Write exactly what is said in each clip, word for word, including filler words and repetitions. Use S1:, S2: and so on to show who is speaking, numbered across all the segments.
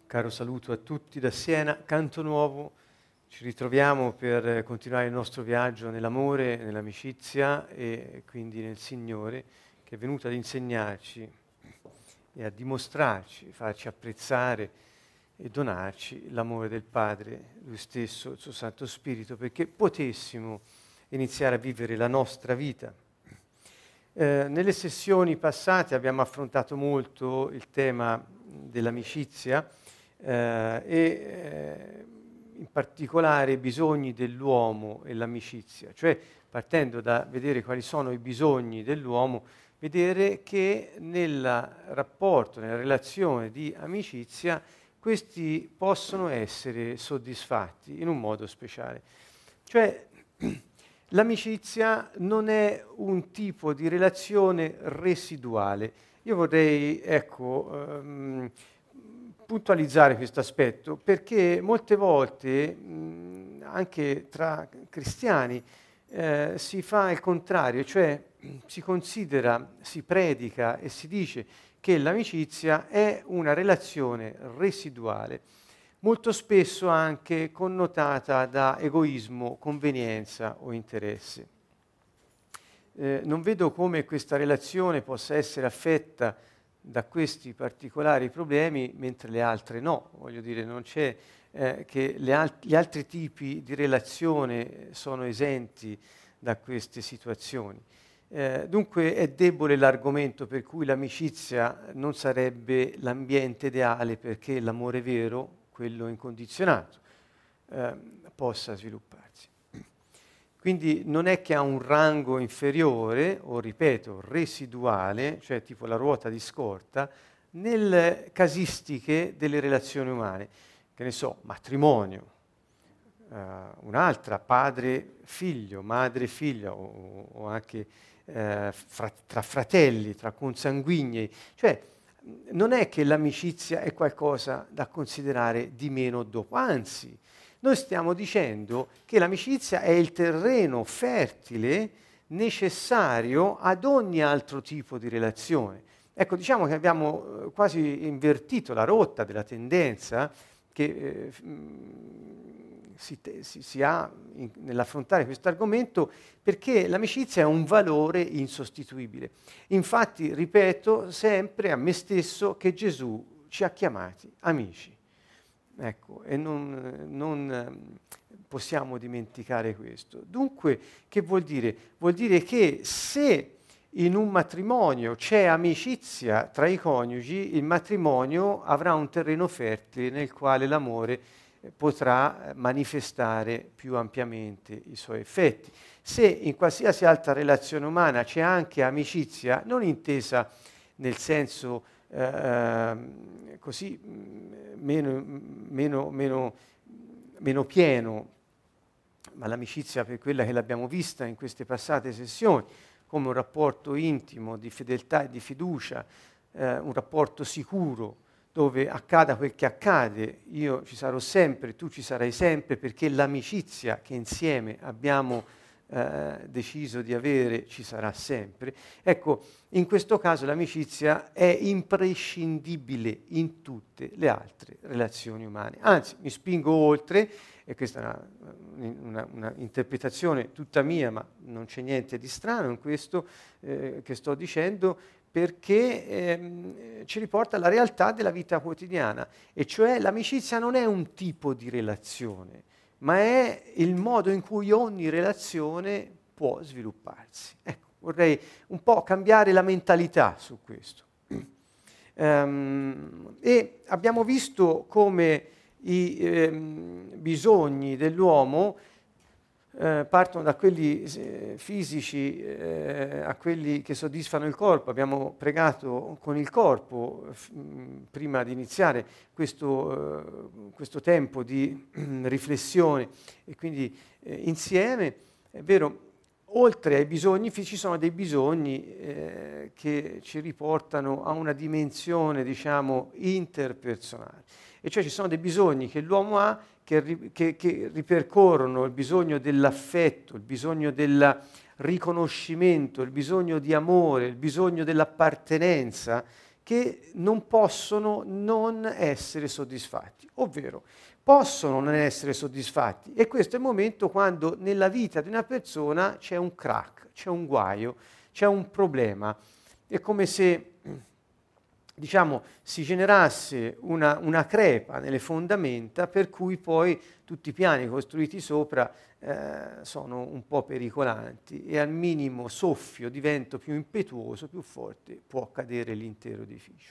S1: Caro saluto a tutti da Siena, Canto Nuovo. Ci ritroviamo per continuare il nostro viaggio nell'amore, nell'amicizia e quindi nel Signore, che è venuto ad insegnarci e a dimostrarci, farci apprezzare e donarci l'amore del Padre, Lui stesso, il suo Santo Spirito, perché potessimo iniziare a vivere la nostra vita. Eh, nelle sessioni passate abbiamo affrontato molto il tema dell'amicizia eh, e eh, in particolare i bisogni dell'uomo e l'amicizia, cioè partendo da vedere quali sono i bisogni dell'uomo, vedere che nel rapporto, nella relazione di amicizia, questi possono essere soddisfatti in un modo speciale. Cioè, l'amicizia non è un tipo di relazione residuale. Io vorrei, ecco, ehm, puntualizzare questo aspetto, perché molte volte, mh, anche tra cristiani, eh, si fa il contrario, cioè si considera, si predica e si dice che l'amicizia è una relazione residuale, molto spesso anche connotata da egoismo, convenienza o interesse. Eh, non vedo come questa relazione possa essere affetta da questi particolari problemi, mentre le altre no. Voglio dire, non c'è eh, che le al- gli altri tipi di relazione sono esenti da queste situazioni. Eh, dunque è debole l'argomento per cui l'amicizia non sarebbe l'ambiente ideale perché l'amore vero, quello incondizionato, eh, possa svilupparsi. Quindi non è che ha un rango inferiore, o ripeto, residuale, cioè tipo la ruota di scorta, nelle casistiche delle relazioni umane. Che ne so, matrimonio, uh, un'altra, padre-figlio, madre-figlia, o, o anche uh, fra, tra fratelli, tra consanguinei. Cioè, non è che l'amicizia è qualcosa da considerare di meno dopo, anzi, noi stiamo dicendo che l'amicizia è il terreno fertile necessario ad ogni altro tipo di relazione. Ecco, diciamo che abbiamo eh, quasi invertito la rotta della tendenza che eh, si, te, si, si ha in, nell'affrontare questo argomento, perché l'amicizia è un valore insostituibile. Infatti, ripeto sempre a me stesso che Gesù ci ha chiamati amici. Ecco, e non, non possiamo dimenticare questo. Dunque, che vuol dire? Vuol dire che se in un matrimonio c'è amicizia tra i coniugi, il matrimonio avrà un terreno fertile nel quale l'amore potrà manifestare più ampiamente i suoi effetti. Se in qualsiasi altra relazione umana c'è anche amicizia, non intesa nel senso Uh, così meno, meno, meno, meno pieno, ma l'amicizia per quella che l'abbiamo vista in queste passate sessioni, come un rapporto intimo di fedeltà e di fiducia, uh, un rapporto sicuro, dove accada quel che accade, io ci sarò sempre, tu ci sarai sempre, perché l'amicizia che insieme abbiamo Eh, deciso di avere ci sarà sempre. Ecco, in questo caso l'amicizia è imprescindibile in tutte le altre relazioni umane. Anzi, mi spingo oltre, e questa è una, una, una interpretazione tutta mia, ma non c'è niente di strano in questo eh, che sto dicendo, perché ehm, ci riporta alla realtà della vita quotidiana, e cioè l'amicizia non è un tipo di relazione, ma è il modo in cui ogni relazione può svilupparsi. Ecco, vorrei un po' cambiare la mentalità su questo. Um, e abbiamo visto come i ehm, bisogni dell'uomo eh, partono da quelli eh, fisici eh, a quelli che soddisfano il corpo. Abbiamo pregato con il corpo f- mh, prima di iniziare questo, eh, questo tempo di riflessione, e quindi eh, insieme, è vero, oltre ai bisogni fisici sono dei bisogni eh, che ci riportano a una dimensione, diciamo, interpersonale. E cioè ci sono dei bisogni che l'uomo ha che, che, che ripercorrono il bisogno dell'affetto, il bisogno del riconoscimento, il bisogno di amore, il bisogno dell'appartenenza, che non possono non essere soddisfatti, ovvero possono non essere soddisfatti, e questo è il momento quando nella vita di una persona c'è un crack, c'è un guaio, c'è un problema. È come se, diciamo, si generasse una, una crepa nelle fondamenta per cui poi tutti i piani costruiti sopra eh, sono un po' pericolanti e al minimo soffio di vento più impetuoso, più forte, può cadere l'intero edificio.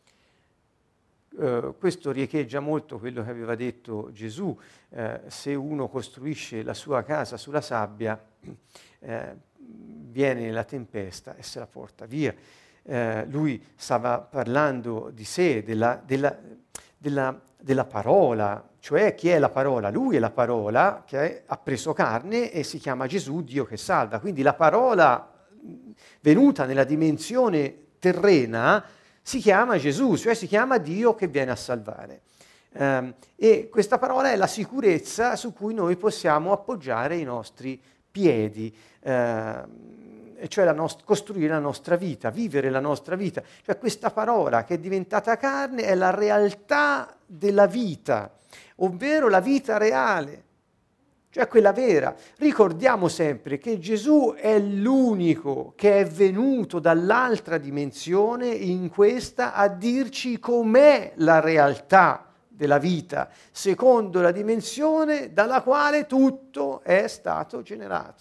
S1: Uh, questo riecheggia molto quello che aveva detto Gesù: uh, se uno costruisce la sua casa sulla sabbia, uh, viene la tempesta e se la porta via. Uh, lui stava parlando di sé, della, della, della, della parola, cioè chi è la parola? Lui è la parola che ha preso carne e si chiama Gesù, Dio che salva. Quindi la parola venuta nella dimensione terrena si chiama Gesù, cioè si chiama Dio che viene a salvare. Um, e questa parola è la sicurezza su cui noi possiamo appoggiare i nostri piedi, uh, e cioè la nost- costruire la nostra vita, vivere la nostra vita. Cioè questa parola che è diventata carne è la realtà della vita, ovvero la vita reale, cioè quella vera. Ricordiamo sempre che Gesù è l'unico che è venuto dall'altra dimensione in questa a dirci com'è la realtà della vita, secondo la dimensione dalla quale tutto è stato generato.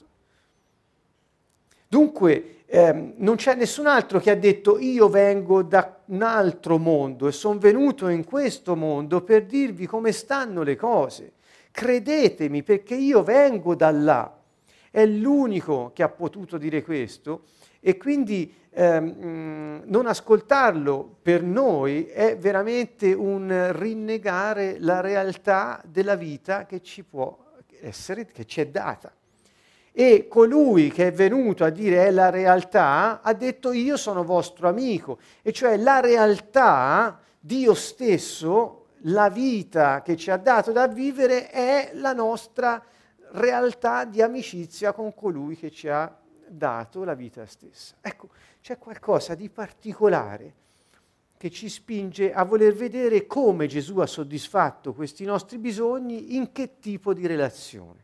S1: Dunque ehm, non c'è nessun altro che ha detto io vengo da un altro mondo e sono venuto in questo mondo per dirvi come stanno le cose. Credetemi perché io vengo da là. È l'unico che ha potuto dire questo e quindi ehm, non ascoltarlo per noi è veramente un rinnegare la realtà della vita che ci può essere, che ci è data. E colui che è venuto a dire è la realtà ha detto io sono vostro amico, e cioè la realtà, Dio stesso, la vita che ci ha dato da vivere è la nostra realtà di amicizia con colui che ci ha dato la vita stessa. Ecco, c'è qualcosa di particolare che ci spinge a voler vedere come Gesù ha soddisfatto questi nostri bisogni, in che tipo di relazione.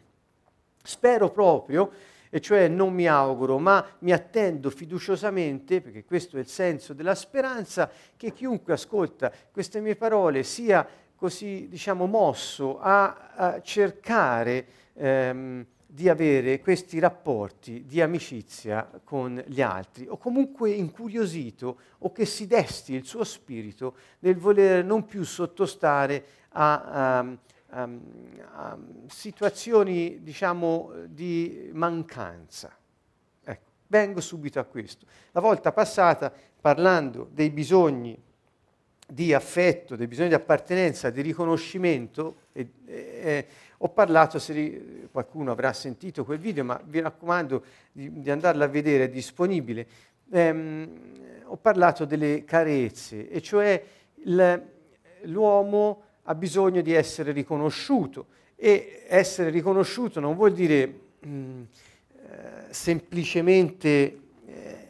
S1: Spero proprio, e cioè non mi auguro, ma mi attendo fiduciosamente, perché questo è il senso della speranza, che chiunque ascolta queste mie parole sia così, diciamo, mosso a, a cercare ehm, di avere questi rapporti di amicizia con gli altri, o comunque incuriosito, o che si desti il suo spirito nel voler non più sottostare a... a Um, um, situazioni, diciamo, di mancanza. Ecco, vengo subito a questo. La volta passata, parlando dei bisogni di affetto, dei bisogni di appartenenza, di riconoscimento, e, e, ho parlato, se ri, qualcuno avrà sentito quel video, ma vi raccomando di, di andarla a vedere, è disponibile. Ehm, ho parlato delle carezze, e cioè il, l'uomo ha bisogno di essere riconosciuto, e essere riconosciuto non vuol dire mh, eh, semplicemente eh,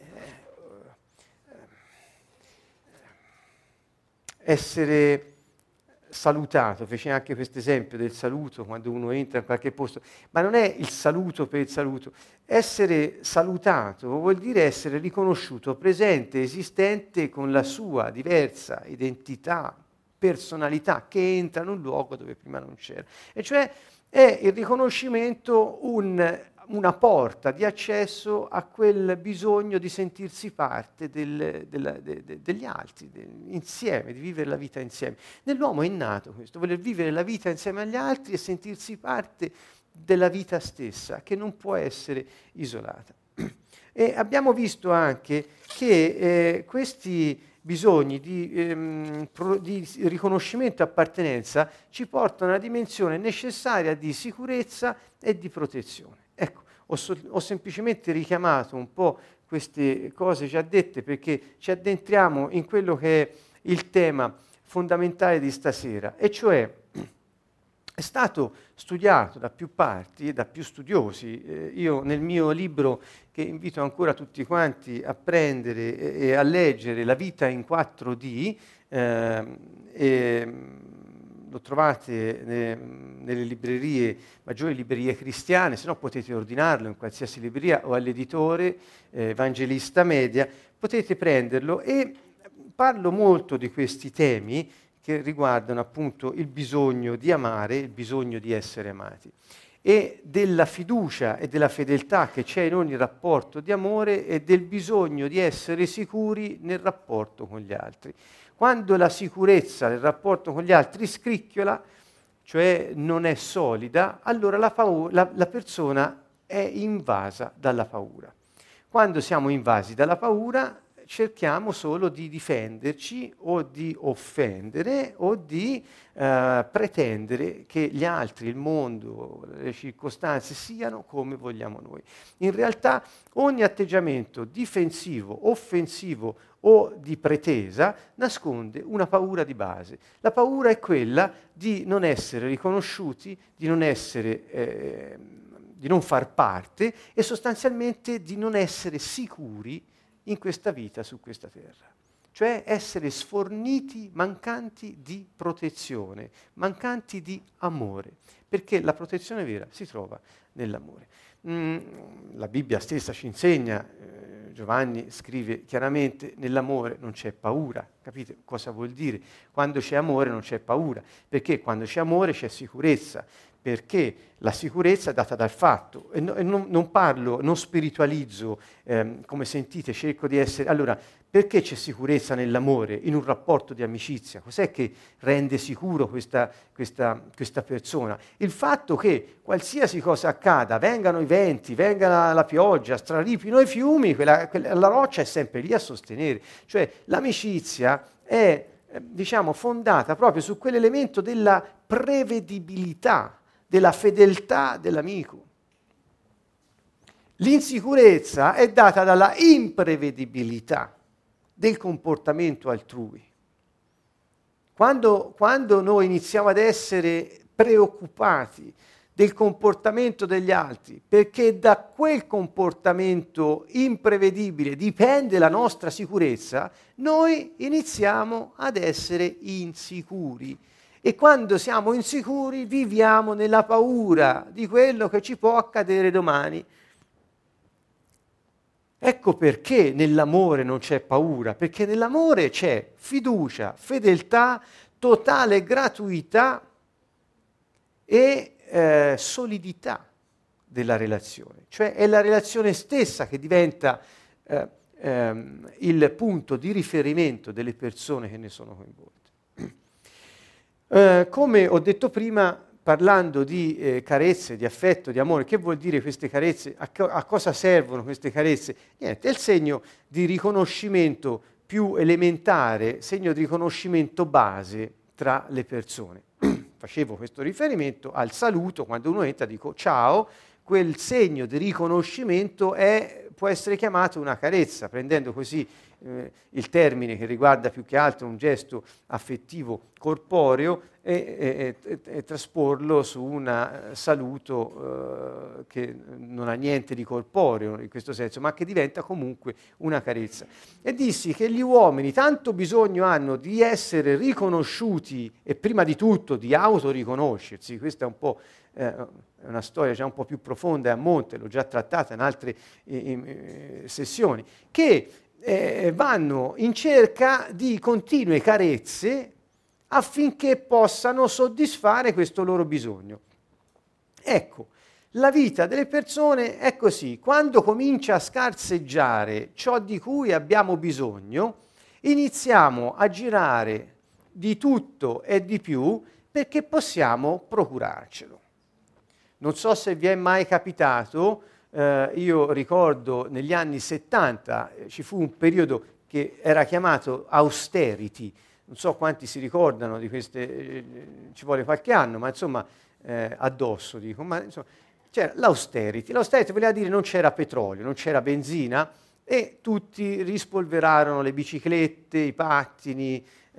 S1: essere salutato. Fece anche questo esempio del saluto quando uno entra in qualche posto, ma non è il saluto per il saluto. Essere salutato vuol dire essere riconosciuto, presente, esistente, con la sua diversa identità, personalità, che entra in un luogo dove prima non c'era. E cioè è il riconoscimento un, una porta di accesso a quel bisogno di sentirsi parte del, del, de, de, degli altri, de, insieme, di vivere la vita insieme. Nell'uomo è innato questo, voler vivere la vita insieme agli altri e sentirsi parte della vita stessa, che non può essere isolata. E abbiamo visto anche che eh, questi bisogni di, ehm, pro, di riconoscimento e appartenenza ci portano a una dimensione necessaria di sicurezza e di protezione. Ecco, ho, so, ho semplicemente richiamato un po' queste cose già dette perché ci addentriamo in quello che è il tema fondamentale di stasera, e cioè è stato studiato da più parti e da più studiosi. Eh, io nel mio libro, che invito ancora tutti quanti a prendere e, e a leggere, La vita in quattro D, eh, e, lo trovate ne, nelle librerie, maggiori librerie cristiane, se no potete ordinarlo in qualsiasi libreria o all'editore eh, Evangelista Media, potete prenderlo, e parlo molto di questi temi che riguardano appunto il bisogno di amare, il bisogno di essere amati, e della fiducia e della fedeltà che c'è in ogni rapporto di amore e del bisogno di essere sicuri nel rapporto con gli altri. Quando la sicurezza nel rapporto con gli altri scricchiola, cioè non è solida, allora la, paura, la, la persona è invasa dalla paura. Quando siamo invasi dalla paura, cerchiamo solo di difenderci o di offendere o di eh, pretendere che gli altri, il mondo, le circostanze siano come vogliamo noi. In realtà ogni atteggiamento difensivo, offensivo o di pretesa nasconde una paura di base. La paura è quella di non essere riconosciuti, di non essere... Eh, di non far parte e sostanzialmente di non essere sicuri in questa vita su questa terra, cioè essere sforniti, mancanti di protezione, mancanti di amore, perché la protezione vera si trova nell'amore. Mm, la Bibbia stessa ci insegna, eh, Giovanni scrive chiaramente, nell'amore non c'è paura. Capite cosa vuol dire? Quando c'è amore non c'è paura, perché quando c'è amore c'è sicurezza, perché la sicurezza è data dal fatto, e, no, e non, non parlo, non spiritualizzo, ehm, come sentite, cerco di essere... Allora, perché c'è sicurezza nell'amore, in un rapporto di amicizia? Cos'è che rende sicuro questa, questa, questa persona? Il fatto che qualsiasi cosa accada, vengano i venti, venga la, la pioggia, straripino i fiumi, quella, quella, la roccia è sempre lì a sostenere. Cioè l'amicizia è, eh, diciamo, fondata proprio su quell'elemento della prevedibilità, della fedeltà dell'amico. L'insicurezza è data dalla imprevedibilità del comportamento altrui. Quando, quando noi iniziamo ad essere preoccupati del comportamento degli altri, perché da quel comportamento imprevedibile dipende la nostra sicurezza, noi iniziamo ad essere insicuri. E quando siamo insicuri viviamo nella paura di quello che ci può accadere domani. Ecco perché nell'amore non c'è paura, perché nell'amore c'è fiducia, fedeltà, totale gratuità e eh, solidità della relazione. Cioè è la relazione stessa che diventa eh, ehm, il punto di riferimento delle persone che ne sono coinvolte. Uh, come ho detto prima, parlando di eh, carezze, di affetto, di amore, che vuol dire queste carezze? A, co- a cosa servono queste carezze? Niente, è il segno di riconoscimento più elementare, segno di riconoscimento base tra le persone. Facevo questo riferimento al saluto, quando uno entra dico ciao, quel segno di riconoscimento è, può essere chiamato una carezza, prendendo così eh, il termine che riguarda più che altro un gesto affettivo corporeo e, e, e, e trasporlo su un uh, saluto uh, che non ha niente di corporeo in questo senso, ma che diventa comunque una carezza. E dissi che gli uomini tanto bisogno hanno di essere riconosciuti e prima di tutto di autoriconoscersi, questa è un po' eh, è una storia già un po' più profonda e a monte, l'ho già trattata in altre eh, eh, sessioni, che eh, vanno in cerca di continue carezze affinché possano soddisfare questo loro bisogno. Ecco, la vita delle persone è così, quando comincia a scarseggiare ciò di cui abbiamo bisogno, iniziamo a girare di tutto e di più perché possiamo procurarcelo. Non so se vi è mai capitato, eh, io ricordo negli anni settanta eh, ci fu un periodo che era chiamato austerity, non so quanti si ricordano di queste, eh, ci vuole qualche anno, ma insomma eh, addosso dico, ma insomma c'era l'austerity. L'austerity voleva dire non c'era petrolio, non c'era benzina e tutti rispolverarono le biciclette, i pattini,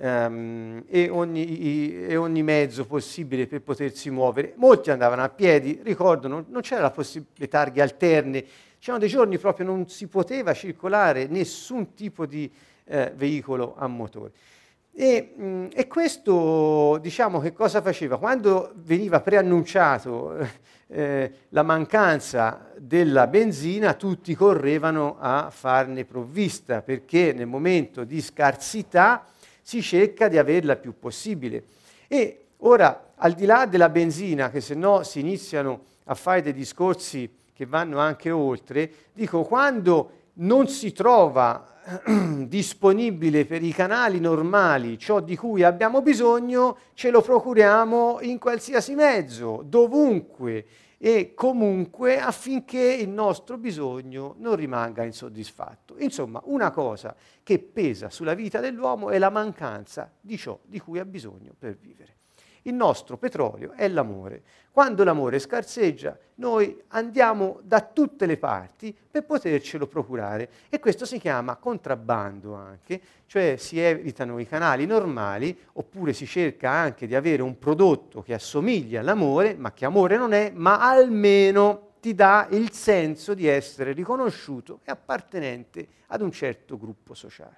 S1: ehm, e, ogni, i, e ogni mezzo possibile per potersi muovere. Molti andavano a piedi, ricordo, non, non c'era la possibilità, le targhe alterne, c'erano dei giorni proprio non si poteva circolare nessun tipo di eh, veicolo a motore. E, mh, e questo, diciamo, che cosa faceva? Quando veniva preannunciato eh, la mancanza della benzina, tutti correvano a farne provvista, perché nel momento di scarsità si cerca di averla il più possibile. E ora, al di là della benzina, che se no si iniziano a fare dei discorsi che vanno anche oltre, dico, quando non si trova disponibile per i canali normali ciò di cui abbiamo bisogno, ce lo procuriamo in qualsiasi mezzo, dovunque e comunque, affinché il nostro bisogno non rimanga insoddisfatto. Insomma, una cosa che pesa sulla vita dell'uomo è la mancanza di ciò di cui ha bisogno per vivere. Il nostro petrolio è l'amore. Quando l'amore scarseggia, noi andiamo da tutte le parti per potercelo procurare, e questo si chiama contrabbando anche, cioè si evitano i canali normali, oppure si cerca anche di avere un prodotto che assomiglia all'amore, ma che amore non è, ma almeno ti dà il senso di essere riconosciuto e appartenente ad un certo gruppo sociale.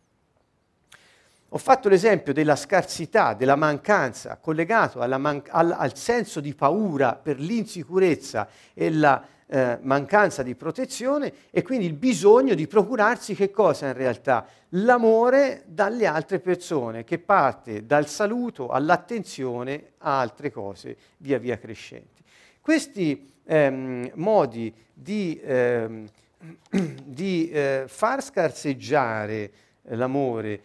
S1: Ho fatto l'esempio della scarsità, della mancanza, collegato alla man- al, al senso di paura per l'insicurezza e la eh, mancanza di protezione, e quindi il bisogno di procurarsi che cosa in realtà? L'amore dalle altre persone, che parte dal saluto all'attenzione a altre cose via via crescenti. Questi ehm, modi di, ehm, di eh, far scarseggiare l'amore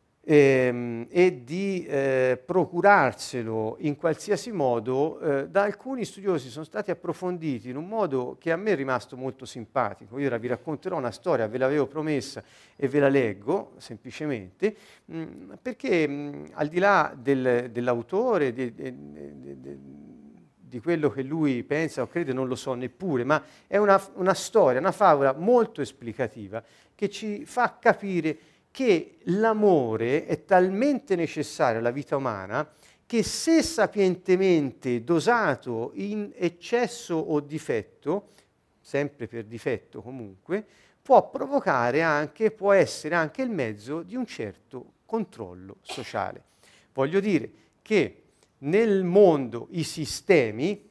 S1: Ehm, e di eh, procurarselo in qualsiasi modo, eh, da alcuni studiosi sono stati approfonditi in un modo che a me è rimasto molto simpatico. Io ora vi racconterò una storia, ve l'avevo promessa e ve la leggo semplicemente, mh, perché mh, al di là del, dell'autore, di, di, di, di quello che lui pensa o crede, non lo so neppure, ma è una, una storia, una favola molto esplicativa che ci fa capire che l'amore è talmente necessario alla vita umana che, se sapientemente dosato in eccesso o difetto, sempre per difetto comunque, può provocare anche, può essere anche il mezzo di un certo controllo sociale. Voglio dire che nel mondo i sistemi,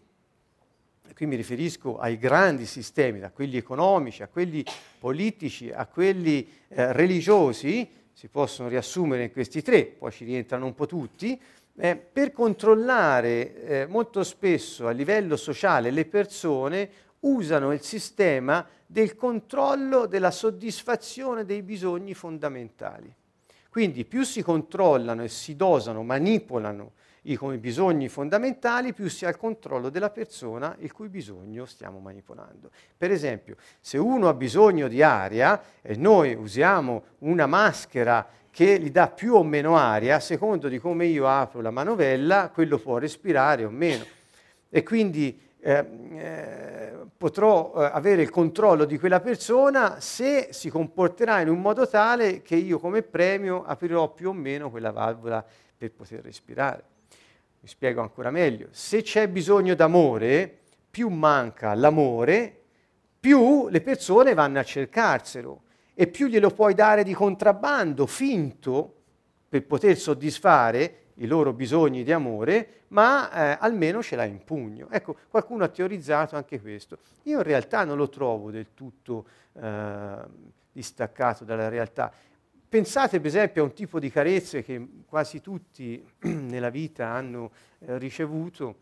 S1: qui mi riferisco ai grandi sistemi, da quelli economici a quelli politici a quelli eh, religiosi, si possono riassumere in questi tre, poi ci rientrano un po' tutti, eh, per controllare eh, molto spesso a livello sociale le persone usano il sistema del controllo della soddisfazione dei bisogni fondamentali. Quindi più si controllano e si dosano, manipolano i come bisogni fondamentali, più si ha il controllo della persona il cui bisogno stiamo manipolando. Per esempio, se uno ha bisogno di aria e noi usiamo una maschera che gli dà più o meno aria, a secondo di come io apro la manovella, quello può respirare o meno. E quindi eh, eh, potrò eh, avere il controllo di quella persona se si comporterà in un modo tale che io come premio aprirò più o meno quella valvola per poter respirare. Mi spiego ancora meglio. Se c'è bisogno d'amore, più manca l'amore, più le persone vanno a cercarselo, e più glielo puoi dare di contrabbando, finto, per poter soddisfare i loro bisogni di amore, ma eh, almeno ce l'hai in pugno. Ecco, qualcuno ha teorizzato anche questo. Io in realtà non lo trovo del tutto eh, distaccato dalla realtà. Pensate per esempio a un tipo di carezze che quasi tutti nella vita hanno eh, ricevuto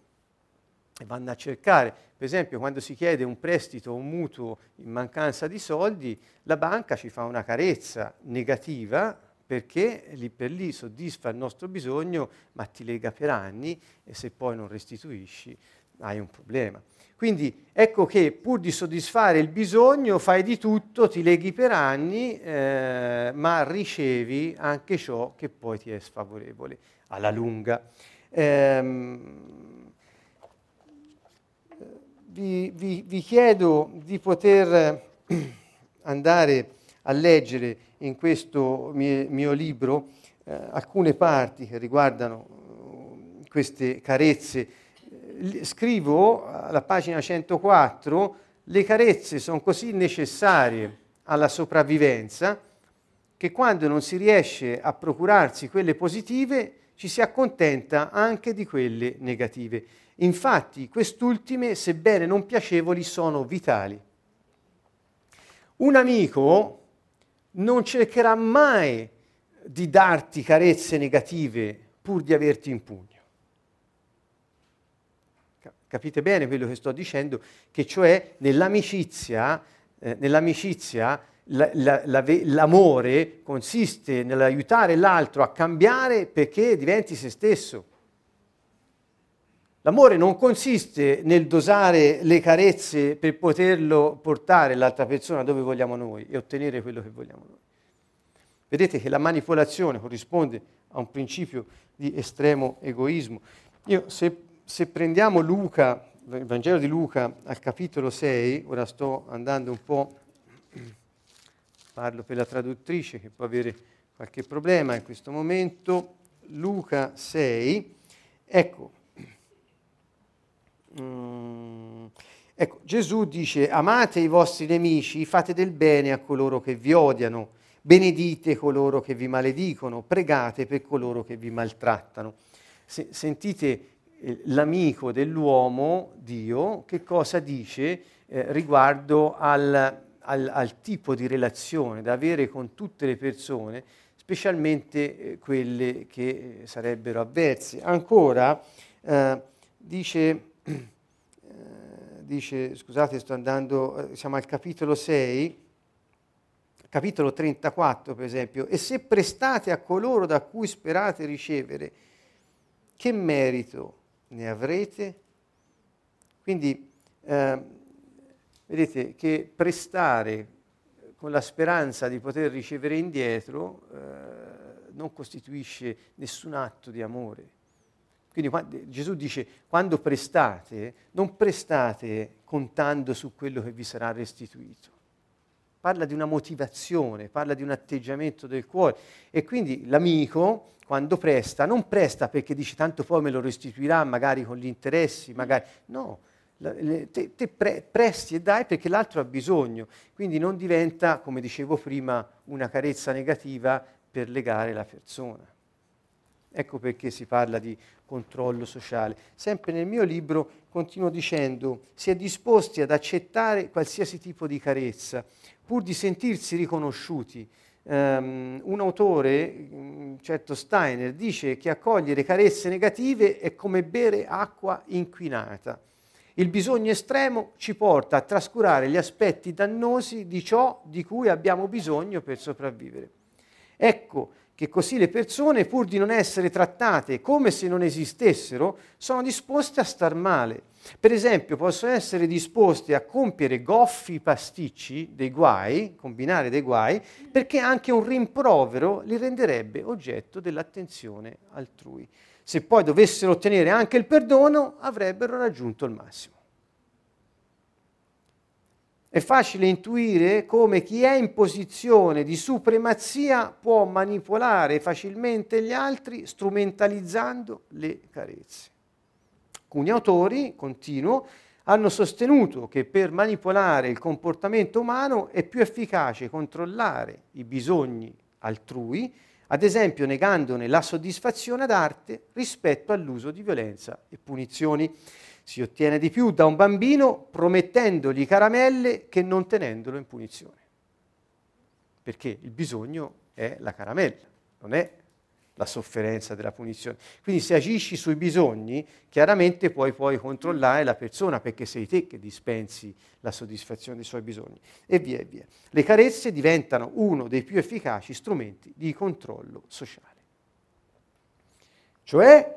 S1: e vanno a cercare. Per esempio, quando si chiede un prestito o un mutuo in mancanza di soldi, la banca ci fa una carezza negativa, perché lì per lì soddisfa il nostro bisogno, ma ti lega per anni, e se poi non restituisci hai un problema. Quindi ecco che pur di soddisfare il bisogno fai di tutto, ti leghi per anni, eh, ma ricevi anche ciò che poi ti è sfavorevole alla lunga. Ehm, vi, vi, vi chiedo di poter andare a leggere in questo mio, mio libro eh, alcune parti che riguardano uh, queste carezze. Eh, scrivo alla pagina centoquattro, le carezze sono così necessarie alla sopravvivenza che quando non si riesce a procurarsi quelle positive ci si accontenta anche di quelle negative. Infatti, quest'ultime, sebbene non piacevoli, sono vitali. Un amico non cercherà mai di darti carezze negative pur di averti in pugno. Capite bene quello che sto dicendo? Che cioè nell'amicizia, eh, nell'amicizia la, la, la, l'amore consiste nell'aiutare l'altro a cambiare perché diventi se stesso. L'amore non consiste nel dosare le carezze per poterlo portare l'altra persona dove vogliamo noi e ottenere quello che vogliamo noi. Vedete che la manipolazione corrisponde a un principio di estremo egoismo. Io, se, se prendiamo Luca, il Vangelo di Luca al capitolo sei, ora sto andando un po', parlo per la traduttrice che può avere qualche problema in questo momento, Luca sei, ecco, Mm. Ecco, Gesù dice: amate i vostri nemici, fate del bene a coloro che vi odiano, benedite coloro che vi maledicono, pregate per coloro che vi maltrattano. Se, sentite eh, l'amico dell'uomo, Dio, che cosa dice eh, riguardo al, al, al tipo di relazione da avere con tutte le persone, specialmente eh, quelle che eh, sarebbero avverse. Ancora eh, dice... dice, scusate, sto andando, siamo al capitolo sei, capitolo trentaquattro per esempio, e se prestate a coloro da cui sperate ricevere, che merito ne avrete? Quindi eh, vedete che prestare con la speranza di poter ricevere indietro eh, non costituisce nessun atto di amore. Quindi quando, Gesù dice, quando prestate, non prestate contando su quello che vi sarà restituito. Parla di una motivazione, parla di un atteggiamento del cuore. E quindi l'amico, quando presta, non presta perché dice tanto poi me lo restituirà, magari con gli interessi, magari... No, te, te pre, presti e dai perché l'altro ha bisogno. Quindi non diventa, come dicevo prima, una carezza negativa per legare la persona. Ecco perché si parla di controllo sociale. Sempre nel mio libro continuo dicendo: si è disposti ad accettare qualsiasi tipo di carezza, pur di sentirsi riconosciuti. Um, un autore, um, certo Steiner, dice che accogliere carezze negative è come bere acqua inquinata. Il bisogno estremo ci porta a trascurare gli aspetti dannosi di ciò di cui abbiamo bisogno per sopravvivere. Ecco che così le persone, pur di non essere trattate come se non esistessero, sono disposte a star male. Per esempio, possono essere disposte a compiere goffi pasticci dei guai, combinare dei guai, perché anche un rimprovero li renderebbe oggetto dell'attenzione altrui. Se poi dovessero ottenere anche il perdono, avrebbero raggiunto il massimo. È facile intuire come chi è in posizione di supremazia può manipolare facilmente gli altri strumentalizzando le carezze. Alcuni autori, continuo, hanno sostenuto che per manipolare il comportamento umano è più efficace controllare i bisogni altrui, ad esempio negandone la soddisfazione ad arte rispetto all'uso di violenza e punizioni. Si ottiene di più da un bambino promettendogli caramelle che non tenendolo in punizione. Perché il bisogno è la caramella, non è la sofferenza della punizione. Quindi se agisci sui bisogni, chiaramente puoi poi controllare la persona, perché sei te che dispensi la soddisfazione dei suoi bisogni. E via e via. Le carezze diventano uno dei più efficaci strumenti di controllo sociale. Cioè,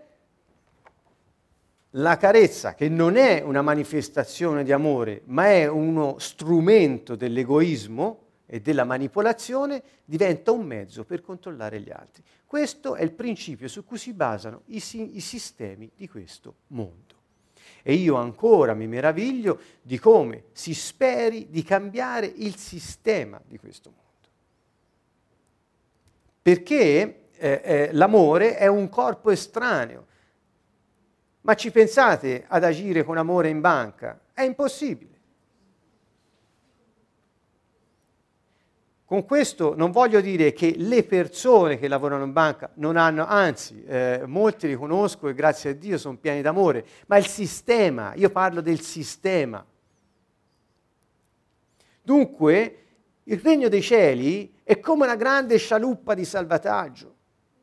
S1: la carezza, che non è una manifestazione di amore, ma è uno strumento dell'egoismo e della manipolazione, diventa un mezzo per controllare gli altri. Questo è il principio su cui si basano i, si- i sistemi di questo mondo. E io ancora mi meraviglio di come si speri di cambiare il sistema di questo mondo. Perché eh, eh, l'amore è un corpo estraneo. Ma ci pensate ad agire con amore in banca? È impossibile. Con questo non voglio dire che le persone che lavorano in banca non hanno, anzi, eh, molti li conosco e grazie a Dio sono pieni d'amore, ma il sistema, io parlo del sistema. Dunque, il regno dei cieli è come una grande scialuppa di salvataggio.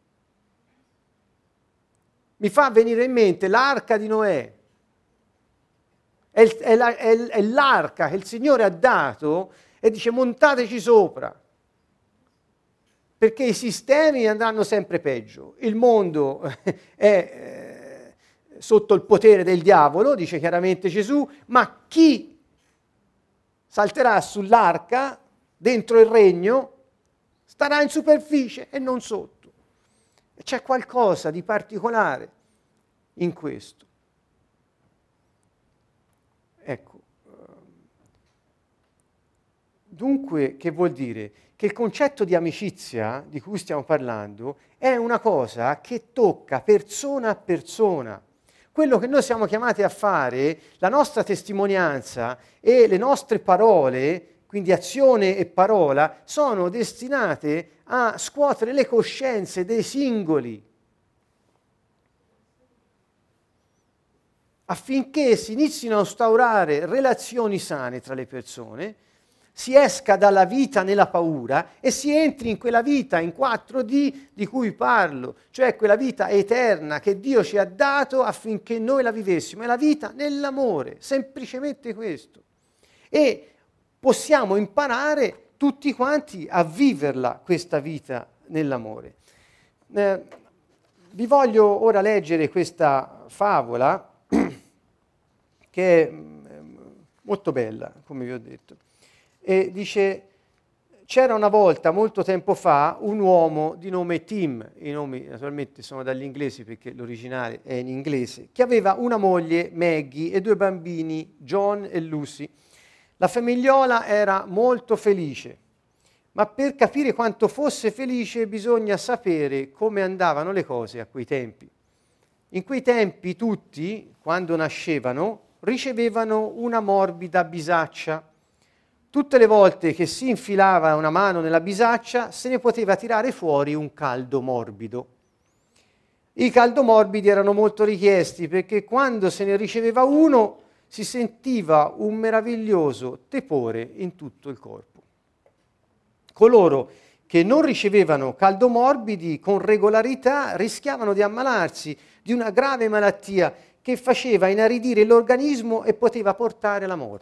S1: Mi fa venire in mente l'arca di Noè. È, il, è, la, è, è l'arca che il Signore ha dato e dice montateci sopra, perché i sistemi andranno sempre peggio. Il mondo è eh, sotto il potere del diavolo, dice chiaramente Gesù, ma chi salterà sull'arca, dentro il regno, starà in superficie e non sotto. C'è qualcosa di particolare in questo. Ecco. Dunque, che vuol dire? Che il concetto di amicizia di cui stiamo parlando è una cosa che tocca persona a persona. Quello che noi siamo chiamati a fare, la nostra testimonianza e le nostre parole, quindi azione e parola, sono destinate a scuotere le coscienze dei singoli, affinché si inizino a instaurare relazioni sane tra le persone, si esca dalla vita nella paura e si entri in quella vita in quattro D di cui parlo, cioè quella vita eterna che Dio ci ha dato affinché noi la vivessimo, è la vita nell'amore, semplicemente questo. E possiamo imparare tutti quanti a viverla, questa vita nell'amore. Eh, vi voglio ora leggere questa favola che è molto bella, come vi ho detto. E dice, c'era una volta, molto tempo fa, un uomo di nome Tim, i nomi naturalmente sono dagli inglesi perché l'originale è in inglese, che aveva una moglie, Maggie, e due bambini, John e Lucy. La famigliola era molto felice, ma per capire quanto fosse felice bisogna sapere come andavano le cose a quei tempi. In quei tempi tutti, quando nascevano, ricevevano una morbida bisaccia. Tutte le volte che si infilava una mano nella bisaccia se ne poteva tirare fuori un caldo morbido. I caldomorbidi erano molto richiesti perché quando se ne riceveva uno si sentiva un meraviglioso tepore in tutto il corpo. Coloro che non ricevevano caldomorbidi con regolarità rischiavano di ammalarsi di una grave malattia che faceva inaridire l'organismo e poteva portare alla morte.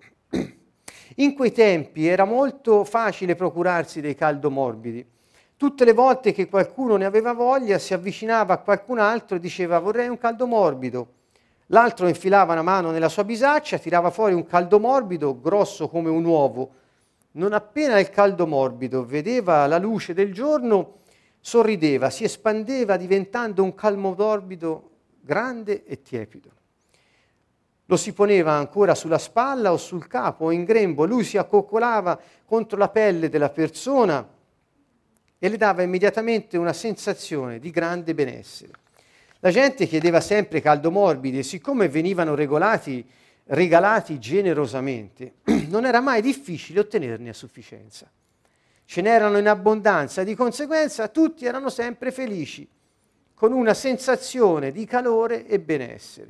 S1: In quei tempi era molto facile procurarsi dei caldomorbidi. Tutte le volte che qualcuno ne aveva voglia si avvicinava a qualcun altro e diceva vorrei un caldomorbido. L'altro infilava una mano nella sua bisaccia, tirava fuori un caldomorbido grosso come un uovo. Non appena il caldomorbido vedeva la luce del giorno, sorrideva, si espandeva diventando un caldomorbido grande e tiepido. Lo si poneva ancora sulla spalla o sul capo o in grembo, lui si accoccolava contro la pelle della persona e le dava immediatamente una sensazione di grande benessere. La gente chiedeva sempre caldomorbidi e siccome venivano regolati, regalati generosamente, non era mai difficile ottenerne a sufficienza. Ce n'erano in abbondanza, di conseguenza tutti erano sempre felici, con una sensazione di calore e benessere.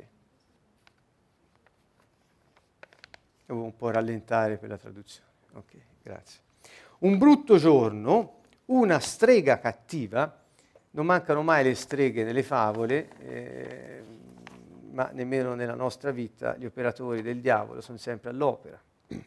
S1: Devo un po' rallentare per la traduzione. Ok, grazie. Un brutto giorno, una strega cattiva, non mancano mai le streghe nelle favole, eh, ma nemmeno nella nostra vita gli operatori del diavolo sono sempre all'opera.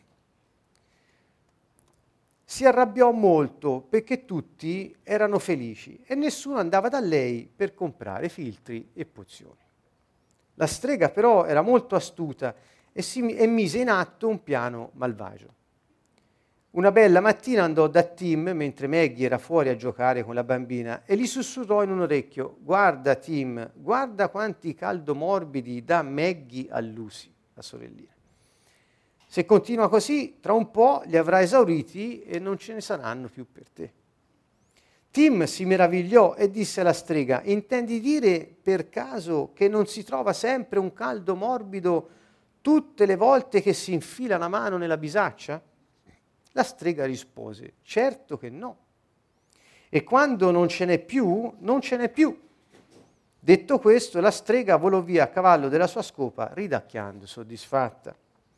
S1: Si arrabbiò molto perché tutti erano felici e nessuno andava da lei per comprare filtri e pozioni. La strega però era molto astuta e, si, e mise in atto un piano malvagio. Una bella mattina andò da Tim mentre Maggie era fuori a giocare con la bambina e gli sussurrò in un orecchio: guarda Tim, guarda quanti caldomorbidi dà Maggie a Lucy, la sorellina. Se continua così, tra un po' li avrà esauriti e non ce ne saranno più per te. Tim si meravigliò e disse alla strega: intendi dire per caso che non si trova sempre un caldo morbido tutte le volte che si infila la mano nella bisaccia? La strega rispose: certo che no. E quando non ce n'è più, non ce n'è più. Detto questo, la strega volò via a cavallo della sua scopa, ridacchiando soddisfatta.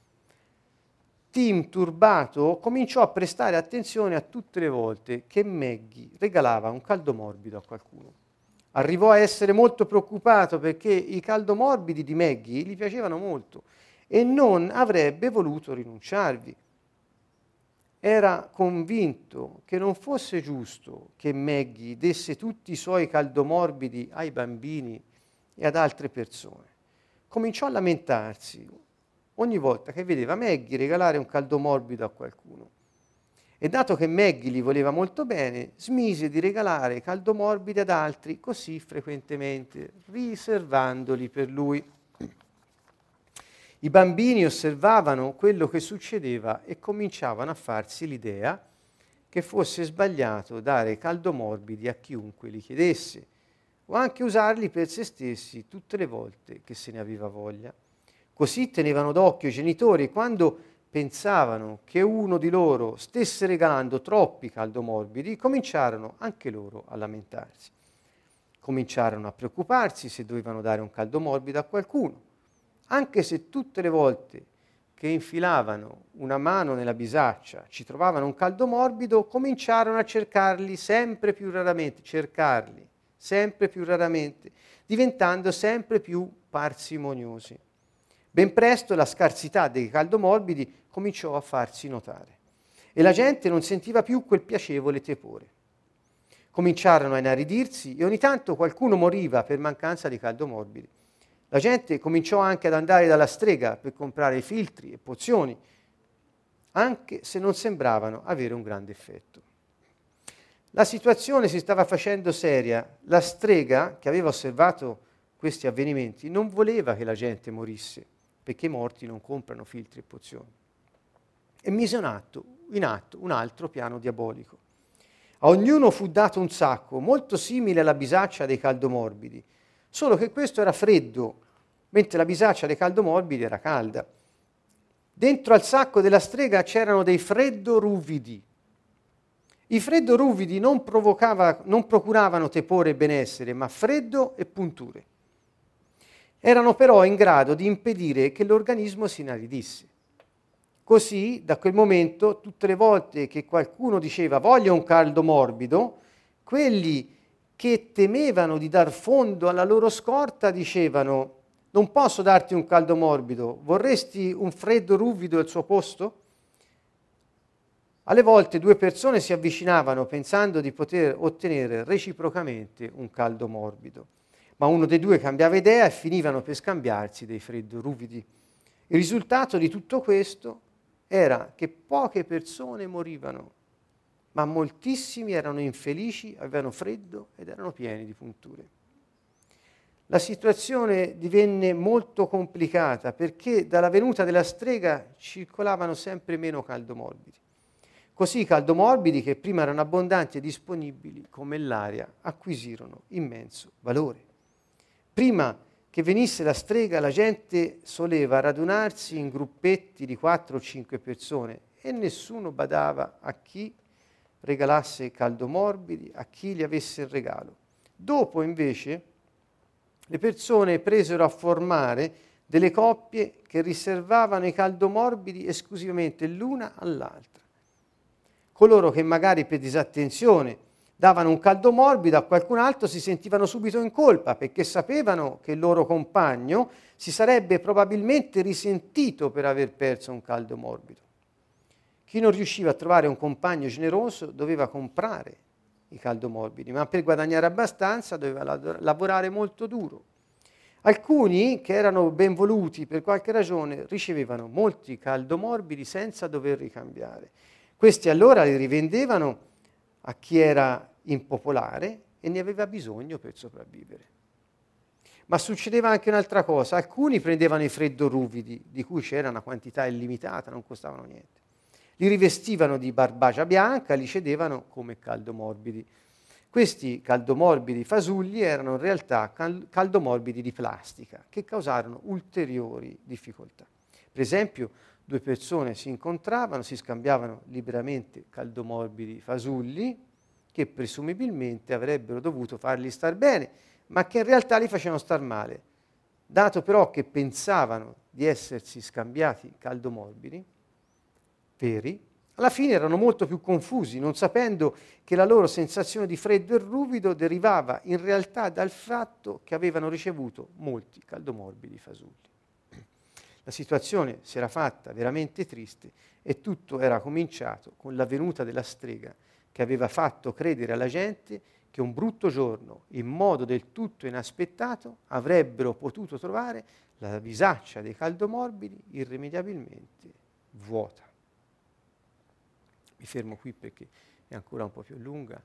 S1: Tim, turbato, cominciò a prestare attenzione a tutte le volte che Maggie regalava un caldo morbido a qualcuno. Arrivò a essere molto preoccupato perché i caldomorbidi di Maggie gli piacevano molto e non avrebbe voluto rinunciarvi. Era convinto che non fosse giusto che Maggie desse tutti i suoi caldomorbidi ai bambini e ad altre persone. Cominciò a lamentarsi ogni volta che vedeva Maggie regalare un caldo morbido a qualcuno. E dato che Maggie gli voleva molto bene, smise di regalare caldo morbidi ad altri così frequentemente, riservandoli per lui. I bambini osservavano quello che succedeva e cominciavano a farsi l'idea che fosse sbagliato dare caldo morbidi a chiunque li chiedesse, o anche usarli per se stessi tutte le volte che se ne aveva voglia. Così tenevano d'occhio i genitori quando pensavano che uno di loro stesse regalando troppi caldomorbidi, cominciarono anche loro a lamentarsi. Cominciarono a preoccuparsi se dovevano dare un caldo morbido a qualcuno, anche se tutte le volte che infilavano una mano nella bisaccia ci trovavano un caldo morbido, cominciarono a cercarli sempre più raramente, cercarli sempre più raramente, diventando sempre più parsimoniosi. Ben presto la scarsità dei caldomorbidi cominciò a farsi notare e la gente non sentiva più quel piacevole tepore. Cominciarono a inaridirsi e ogni tanto qualcuno moriva per mancanza di caldomorbidi. La gente cominciò anche ad andare dalla strega per comprare filtri e pozioni, anche se non sembravano avere un grande effetto. La situazione si stava facendo seria. La strega, che aveva osservato questi avvenimenti, non voleva che la gente morisse, perché i morti non comprano filtri e pozioni. E mise in atto, in atto un altro piano diabolico. A ognuno fu dato un sacco, molto simile alla bisaccia dei caldomorbidi, solo che questo era freddo, mentre la bisaccia dei caldomorbidi era calda. Dentro al sacco della strega c'erano dei freddoruvidi. I freddoruvidi non, provocava, non procuravano tepore e benessere, ma freddo e punture. Erano però in grado di impedire che l'organismo si inaridisse. Così, da quel momento, tutte le volte che qualcuno diceva voglio un caldo morbido, quelli che temevano di dar fondo alla loro scorta dicevano non posso darti un caldo morbido, vorresti un freddo ruvido al suo posto? Alle volte due persone si avvicinavano pensando di poter ottenere reciprocamente un caldo morbido, ma uno dei due cambiava idea e finivano per scambiarsi dei freddoruvidi. Il risultato di tutto questo era che poche persone morivano, ma moltissimi erano infelici, avevano freddo ed erano pieni di punture. La situazione divenne molto complicata perché dalla venuta della strega circolavano sempre meno caldomorbidi. Così i caldomorbidi, che prima erano abbondanti e disponibili come l'aria, acquisirono immenso valore. Prima che venisse la strega, la gente soleva radunarsi in gruppetti di quattro o cinque persone e nessuno badava a chi regalasse caldomorbidi, a chi gli avesse il regalo. Dopo, invece, le persone presero a formare delle coppie che riservavano i caldomorbidi esclusivamente l'una all'altra. Coloro che magari per disattenzione davano un caldo morbido a qualcun altro si sentivano subito in colpa perché sapevano che il loro compagno si sarebbe probabilmente risentito per aver perso un caldo morbido. Chi non riusciva a trovare un compagno generoso doveva comprare i caldomorbidi, ma per guadagnare abbastanza doveva la- lavorare molto duro. Alcuni, che erano ben voluti per qualche ragione, ricevevano molti caldomorbidi senza dover ricambiare. Questi allora li rivendevano a chi era impopolare e ne aveva bisogno per sopravvivere. Ma succedeva anche un'altra cosa: alcuni prendevano i freddoruvidi, di cui c'era una quantità illimitata, non costavano niente. Li rivestivano di barbagia bianca e li cedevano come caldomorbidi. Questi caldomorbidi fasulli erano in realtà cal- caldomorbidi di plastica che causarono ulteriori difficoltà. Per esempio, due persone si incontravano, si scambiavano liberamente caldomorbidi fasulli che presumibilmente avrebbero dovuto farli star bene, ma che in realtà li facevano star male. Dato però che pensavano di essersi scambiati caldomorbidi veri, alla fine erano molto più confusi, non sapendo che la loro sensazione di freddo e ruvido derivava in realtà dal fatto che avevano ricevuto molti caldomorbidi fasulli. La situazione si era fatta veramente triste e tutto era cominciato con la venuta della strega che aveva fatto credere alla gente che un brutto giorno, in modo del tutto inaspettato, avrebbero potuto trovare la bisaccia dei caldomorbidi irrimediabilmente vuota. Mi fermo qui perché è ancora un po' più lunga.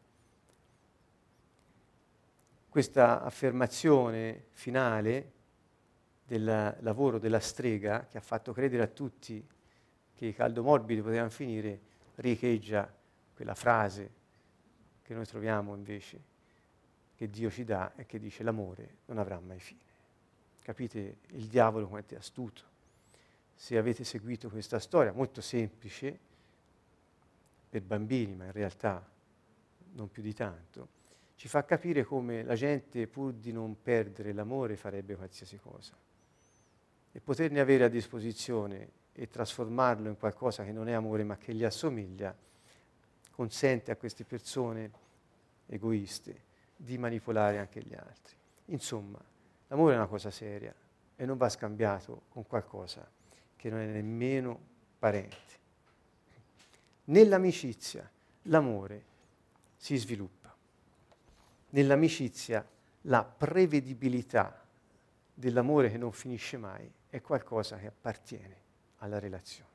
S1: Questa affermazione finale del lavoro della strega, che ha fatto credere a tutti che i caldomorbidi potevano finire, riecheggia quella frase che noi troviamo invece che Dio ci dà e che dice: l'amore non avrà mai fine. Capite il diavolo quanto è astuto? Se avete seguito questa storia molto semplice per bambini, ma in realtà non più di tanto, ci fa capire come la gente, pur di non perdere l'amore, farebbe qualsiasi cosa. E poterne avere a disposizione e trasformarlo in qualcosa che non è amore ma che gli assomiglia, consente a queste persone egoiste di manipolare anche gli altri. Insomma, l'amore è una cosa seria e non va scambiato con qualcosa che non è nemmeno parente. Nell'amicizia l'amore si sviluppa. Nell'amicizia la prevedibilità dell'amore che non finisce mai è qualcosa che appartiene alla relazione.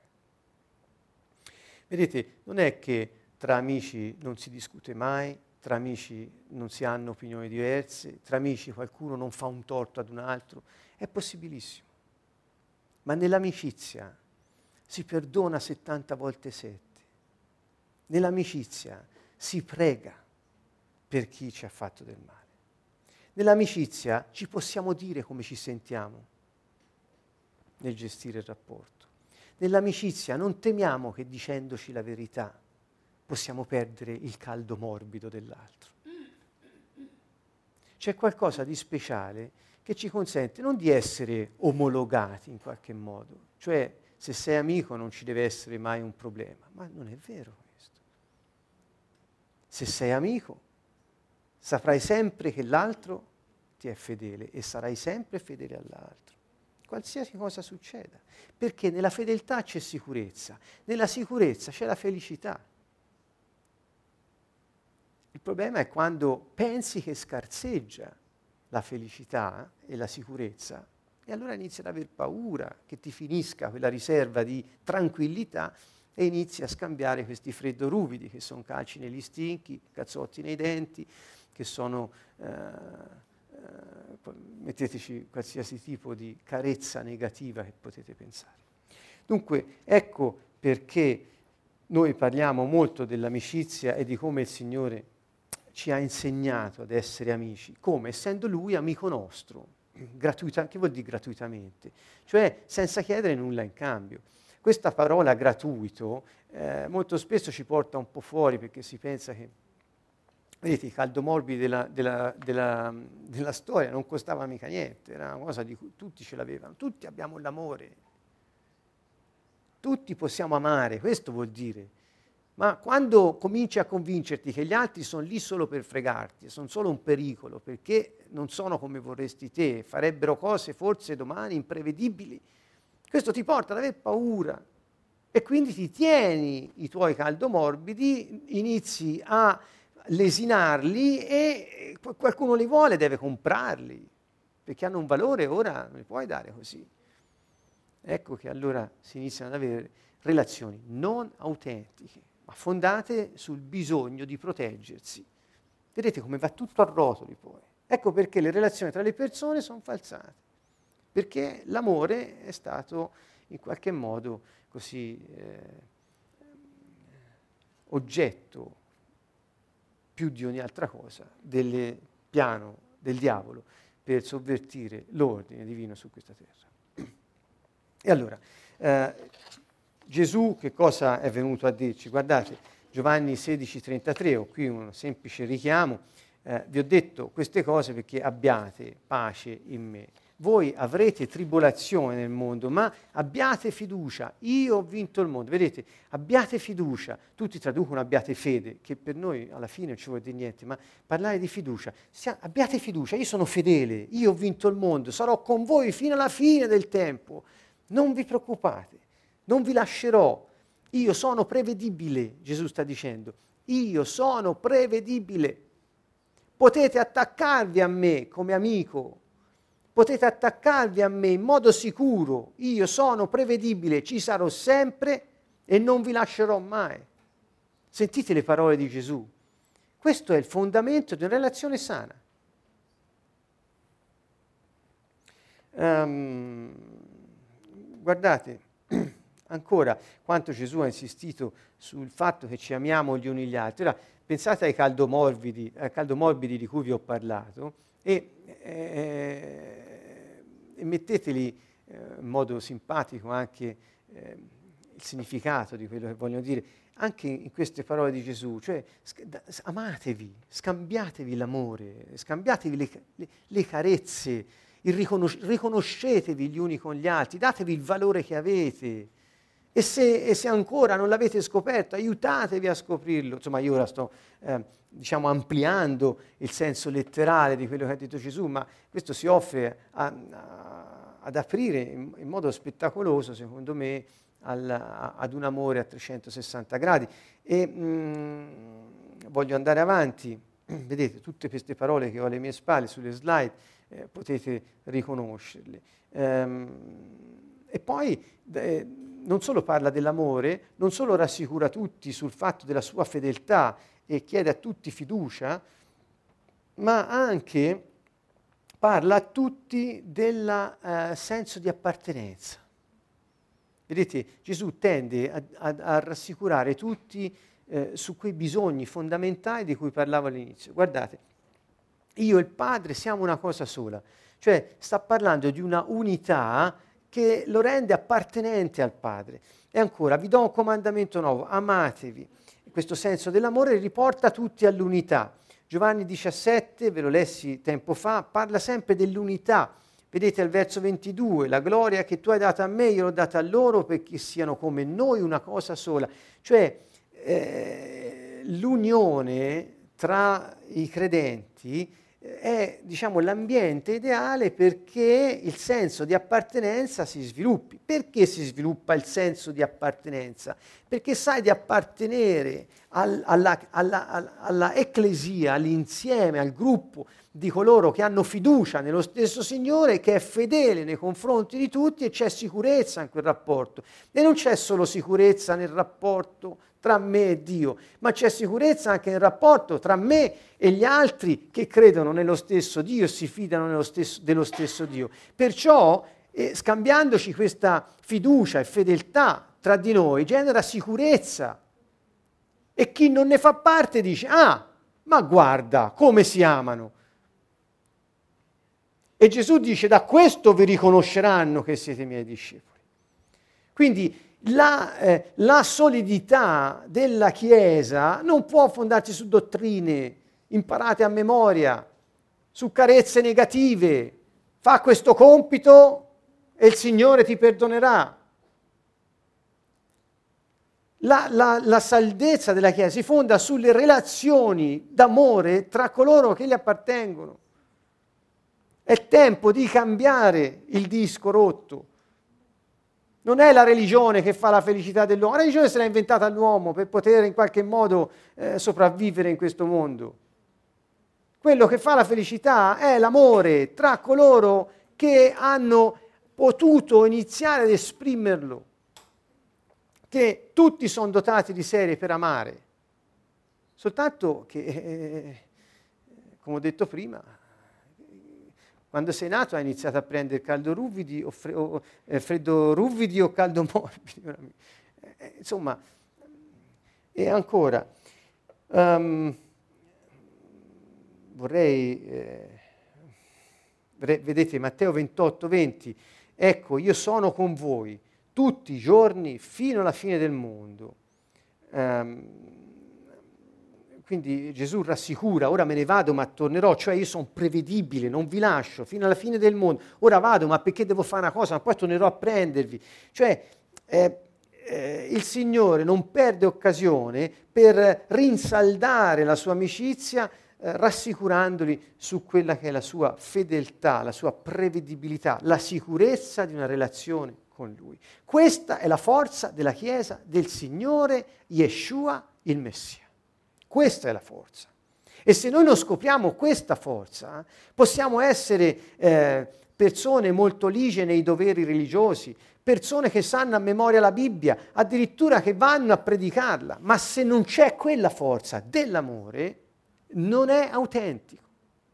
S1: Vedete, non è che tra amici non si discute mai, tra amici non si hanno opinioni diverse, tra amici qualcuno non fa un torto ad un altro, è possibilissimo. Ma nell'amicizia si perdona settanta volte sette. Nell'amicizia si prega per chi ci ha fatto del male. Nell'amicizia ci possiamo dire come ci sentiamo nel gestire il rapporto. Nell'amicizia non temiamo che dicendoci la verità possiamo perdere il caldo morbido dell'altro. C'è qualcosa di speciale che ci consente non di essere omologati in qualche modo, cioè se sei amico non ci deve essere mai un problema, ma non è vero questo. Se sei amico saprai sempre che l'altro ti è fedele e sarai sempre fedele all'altro, qualsiasi cosa succeda, perché nella fedeltà c'è sicurezza, nella sicurezza c'è la felicità. Il problema è quando pensi che scarseggia la felicità e la sicurezza e allora inizi ad aver paura che ti finisca quella riserva di tranquillità e inizi a scambiare questi freddoruvidi che sono calci negli stinchi, cazzotti nei denti, che sono, eh, eh, metteteci qualsiasi tipo di carezza negativa che potete pensare. Dunque, ecco perché noi parliamo molto dell'amicizia e di come il Signore ci ha insegnato ad essere amici. Come? Essendo Lui amico nostro, gratuita, che vuol dire gratuitamente? Cioè senza chiedere nulla in cambio. Questa parola gratuito eh, molto spesso ci porta un po' fuori perché si pensa che, vedete, i caldomorbidi della, della, della, della storia non costava mica niente, era una cosa di cui tutti ce l'avevano, tutti abbiamo l'amore, tutti possiamo amare, questo vuol dire. Ma quando cominci a convincerti che gli altri sono lì solo per fregarti, sono solo un pericolo, perché non sono come vorresti te, farebbero cose forse domani imprevedibili, questo ti porta ad avere paura e quindi ti tieni i tuoi caldomorbidi, inizi a lesinarli e qualcuno li vuole, deve comprarli, perché hanno un valore, ora non li puoi dare così. Ecco che allora si iniziano ad avere relazioni non autentiche, ma fondate sul bisogno di proteggersi. Vedete come va tutto a rotoli poi. Ecco perché le relazioni tra le persone sono falsate, perché l'amore è stato in qualche modo così eh, oggetto più di ogni altra cosa, del piano del diavolo per sovvertire l'ordine divino su questa terra. E allora, eh, Gesù che cosa è venuto a dirci? Guardate, Giovanni sedici trentatré, ho qui un semplice richiamo, eh, vi ho detto queste cose perché abbiate pace in me. Voi avrete tribolazione nel mondo, ma abbiate fiducia, io ho vinto il mondo. Vedete, abbiate fiducia, tutti traducono abbiate fede, che per noi alla fine non ci vuol dire niente, ma parlare di fiducia. Sia, abbiate fiducia, io sono fedele, io ho vinto il mondo, sarò con voi fino alla fine del tempo. Non vi preoccupate, non vi lascerò, io sono prevedibile, Gesù sta dicendo, io sono prevedibile. Potete attaccarvi a me come amico, potete attaccarvi a me in modo sicuro, io sono prevedibile, ci sarò sempre e non vi lascerò mai. Sentite le parole di Gesù. Questo è il fondamento di una relazione sana. Um, guardate, ancora quanto Gesù ha insistito sul fatto che ci amiamo gli uni gli altri. Ora, pensate ai caldomorbidi, ai caldomorbidi di cui vi ho parlato e, eh, e metteteli eh, in modo simpatico anche eh, il significato di quello che vogliono dire, anche in queste parole di Gesù, cioè sc- amatevi, scambiatevi l'amore, scambiatevi le, le, le carezze, il riconos- riconoscetevi gli uni con gli altri, datevi il valore che avete. E se, e se ancora non l'avete scoperto, aiutatevi a scoprirlo. Insomma, io ora sto eh, diciamo ampliando il senso letterale di quello che ha detto Gesù, ma questo si offre a, a, ad aprire in, in modo spettacoloso, secondo me, al, a, ad un amore a trecentosessanta gradi. E mh, voglio andare avanti. Vedete, tutte queste parole che ho alle mie spalle, sulle slide, eh, potete riconoscerle. Ehm, e poi... Eh, non solo parla dell'amore, non solo rassicura tutti sul fatto della sua fedeltà e chiede a tutti fiducia, ma anche parla a tutti del uh, senso di appartenenza. Vedete, Gesù tende a, a, a rassicurare tutti eh, su quei bisogni fondamentali di cui parlavo all'inizio. Guardate, io e il Padre siamo una cosa sola, cioè sta parlando di una unità che lo rende appartenente al Padre. E ancora, vi do un comandamento nuovo, amatevi. Questo senso dell'amore riporta tutti all'unità. Giovanni diciassette, ve lo lessi tempo fa, parla sempre dell'unità. Vedete al verso ventidue, la gloria che tu hai data a me, io l'ho data a loro perché siano come noi una cosa sola. Cioè, eh, l'unione tra i credenti è, diciamo, l'ambiente ideale perché il senso di appartenenza si sviluppi. Perché si sviluppa il senso di appartenenza? Perché sai di appartenere al, alla, alla, alla, alla ecclesia, all'insieme, al gruppo di coloro che hanno fiducia nello stesso Signore, che è fedele nei confronti di tutti e c'è sicurezza in quel rapporto. E non c'è solo sicurezza nel rapporto tra me e Dio, ma c'è sicurezza anche nel rapporto tra me e gli altri che credono nello stesso Dio e si fidano nello stesso, dello stesso Dio. Perciò, eh, scambiandoci questa fiducia e fedeltà tra di noi, genera sicurezza. E chi non ne fa parte dice, ah, ma guarda come si amano. E Gesù dice, da questo vi riconosceranno che siete miei discepoli. Quindi, La, eh, la solidità della Chiesa non può fondarsi su dottrine imparate a memoria, su carezze negative. Fa questo compito e il Signore ti perdonerà. La, la, la saldezza della Chiesa si fonda sulle relazioni d'amore tra coloro che gli appartengono. È tempo di cambiare il disco rotto. Non è la religione che fa la felicità dell'uomo, la religione se l'ha inventata l'uomo per poter in qualche modo eh, sopravvivere in questo mondo. Quello che fa la felicità è l'amore tra coloro che hanno potuto iniziare ad esprimerlo, che tutti sono dotati di serie per amare, soltanto che, eh, come ho detto prima, quando sei nato hai iniziato a prendere caldo ruvidi o, fre- o eh, freddo ruvidi o caldo morbidi. Eh, insomma, e ancora, um, vorrei, eh, vedete Matteo ventotto venti, ecco io sono con voi tutti i giorni fino alla fine del mondo. Um, quindi Gesù rassicura, ora me ne vado ma tornerò, cioè io sono prevedibile, non vi lascio fino alla fine del mondo, ora vado ma perché devo fare una cosa, ma poi tornerò a prendervi. Cioè eh, eh, il Signore non perde occasione per rinsaldare la sua amicizia eh, rassicurandoli su quella che è la sua fedeltà, la sua prevedibilità, la sicurezza di una relazione con Lui. Questa è la forza della Chiesa del Signore Yeshua il Messia. Questa è la forza. E se noi non scopriamo questa forza, possiamo essere eh, persone molto ligie nei doveri religiosi, persone che sanno a memoria la Bibbia, addirittura che vanno a predicarla, ma se non c'è quella forza dell'amore, non è autentico.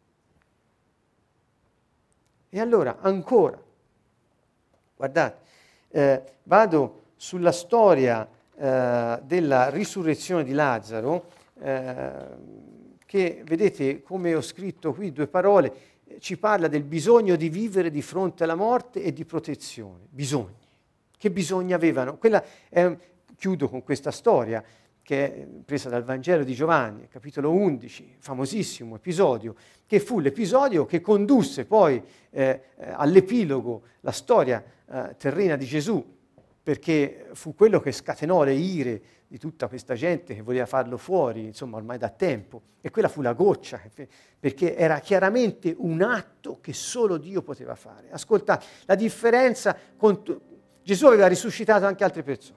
S1: E allora, ancora, guardate, eh, vado sulla storia eh, della risurrezione di Lazzaro, eh, che vedete come ho scritto qui due parole, ci parla del bisogno di vivere di fronte alla morte e di protezione. Bisogni. Che bisogni avevano? Quella è, chiudo con questa storia che è presa dal Vangelo di Giovanni, capitolo undici, famosissimo episodio, che fu l'episodio che condusse poi eh, all'epilogo la storia eh, terrena di Gesù, perché fu quello che scatenò le ire di tutta questa gente che voleva farlo fuori, insomma, ormai da tempo. E quella fu la goccia, perché era chiaramente un atto che solo Dio poteva fare. Ascoltate, la differenza con... Gesù aveva risuscitato anche altre persone.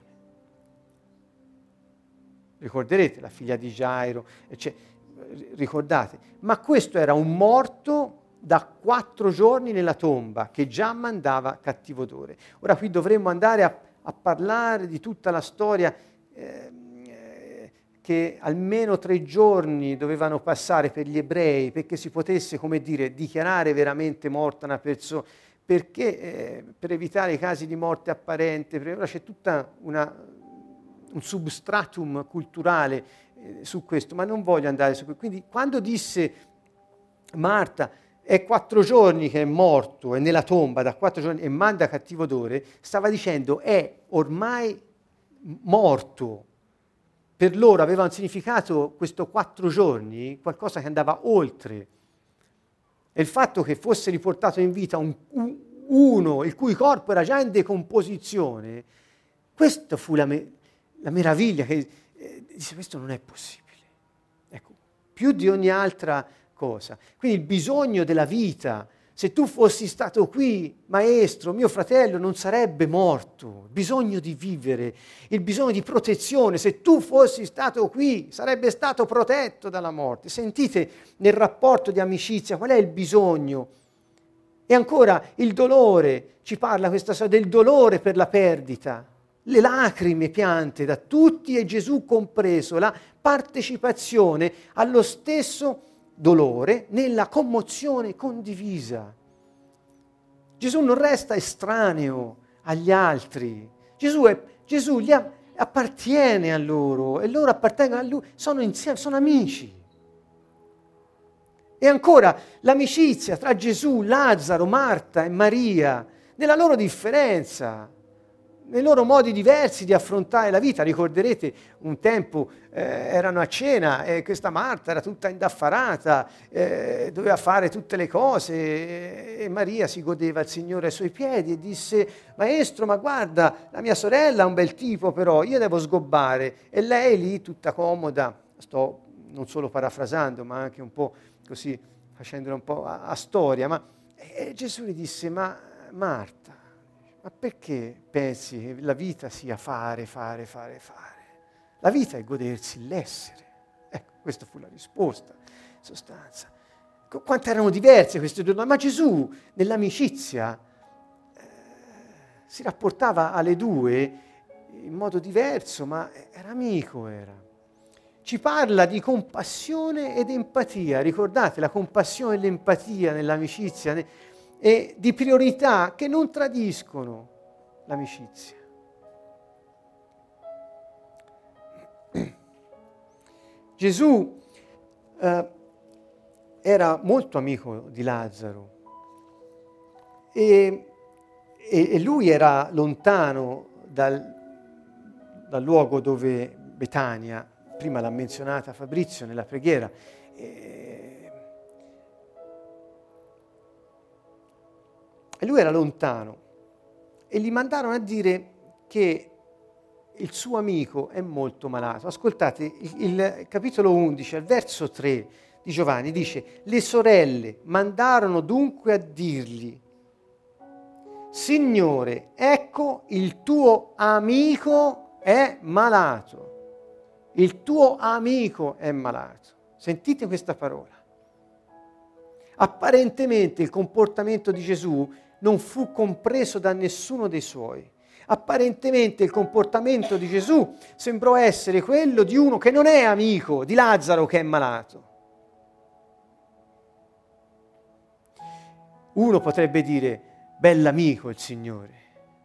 S1: Ricorderete la figlia di Gairo, cioè, ricordate. Ma questo era un morto da quattro giorni nella tomba, che già mandava cattivo odore. Ora qui dovremmo andare a, a parlare di tutta la storia eh, che almeno tre giorni dovevano passare per gli ebrei perché si potesse, come dire, dichiarare veramente morta una persona, perché eh, per evitare i casi di morte apparente, perché ora c'è tutta una, un substratum culturale eh, su questo, ma non voglio andare su questo. Quindi quando disse Marta, è quattro giorni che è morto, è nella tomba da quattro giorni e manda cattivo odore, stava dicendo è ormai morto. Per loro aveva un significato questo quattro giorni, qualcosa che andava oltre. E il fatto che fosse riportato in vita un, uno il cui corpo era già in decomposizione, questa fu la, me, la meraviglia che eh, disse questo non è possibile. Ecco, più di ogni altra cosa. Quindi il bisogno della vita. Se tu fossi stato qui, maestro, mio fratello non sarebbe morto. Il bisogno di vivere, il bisogno di protezione. Se tu fossi stato qui, sarebbe stato protetto dalla morte. Sentite nel rapporto di amicizia qual è il bisogno. E ancora il dolore, ci parla questa storia del dolore per la perdita. Le lacrime piante da tutti e Gesù compreso, la partecipazione allo stesso dolore nella commozione condivisa. Gesù non resta estraneo agli altri. Gesù, è, Gesù gli a, appartiene a loro e loro appartengono a lui, sono insieme, sono amici. E ancora l'amicizia tra Gesù, Lazzaro, Marta e Maria, nella loro differenza, nei loro modi diversi di affrontare la vita. Ricorderete un tempo eh, erano a cena e questa Marta era tutta indaffarata, eh, doveva fare tutte le cose e, e Maria si godeva il Signore ai suoi piedi e disse: maestro, ma guarda, la mia sorella è un bel tipo, però io devo sgobbare. E lei lì tutta comoda, sto non solo parafrasando ma anche un po' così facendola un po' a, a storia, ma e Gesù gli disse: ma Marta, ma perché pensi che la vita sia fare, fare, fare, fare? La vita è godersi l'essere. Ecco, questa fu la risposta, in sostanza. Quanto erano diverse queste due donne, ma Gesù nell'amicizia eh, si rapportava alle due in modo diverso, ma era amico, era. Ci parla di compassione ed empatia, ricordate la compassione e l'empatia nell'amicizia, e di priorità che non tradiscono l'amicizia. Gesù eh, era molto amico di Lazzaro e, e, e lui era lontano dal, dal luogo dove Betania, prima l'ha menzionata Fabrizio nella preghiera, e, e lui era lontano e gli mandarono a dire che il suo amico è molto malato. Ascoltate, il, il capitolo undici, al verso tre di Giovanni dice: le sorelle mandarono dunque a dirgli: Signore, ecco il tuo amico è malato. Il tuo amico è malato. Sentite questa parola. Apparentemente il comportamento di Gesù non fu compreso da nessuno dei suoi. Apparentemente il comportamento di Gesù sembrò essere quello di uno che non è amico di Lazzaro che è malato. Uno potrebbe dire: bell'amico il Signore.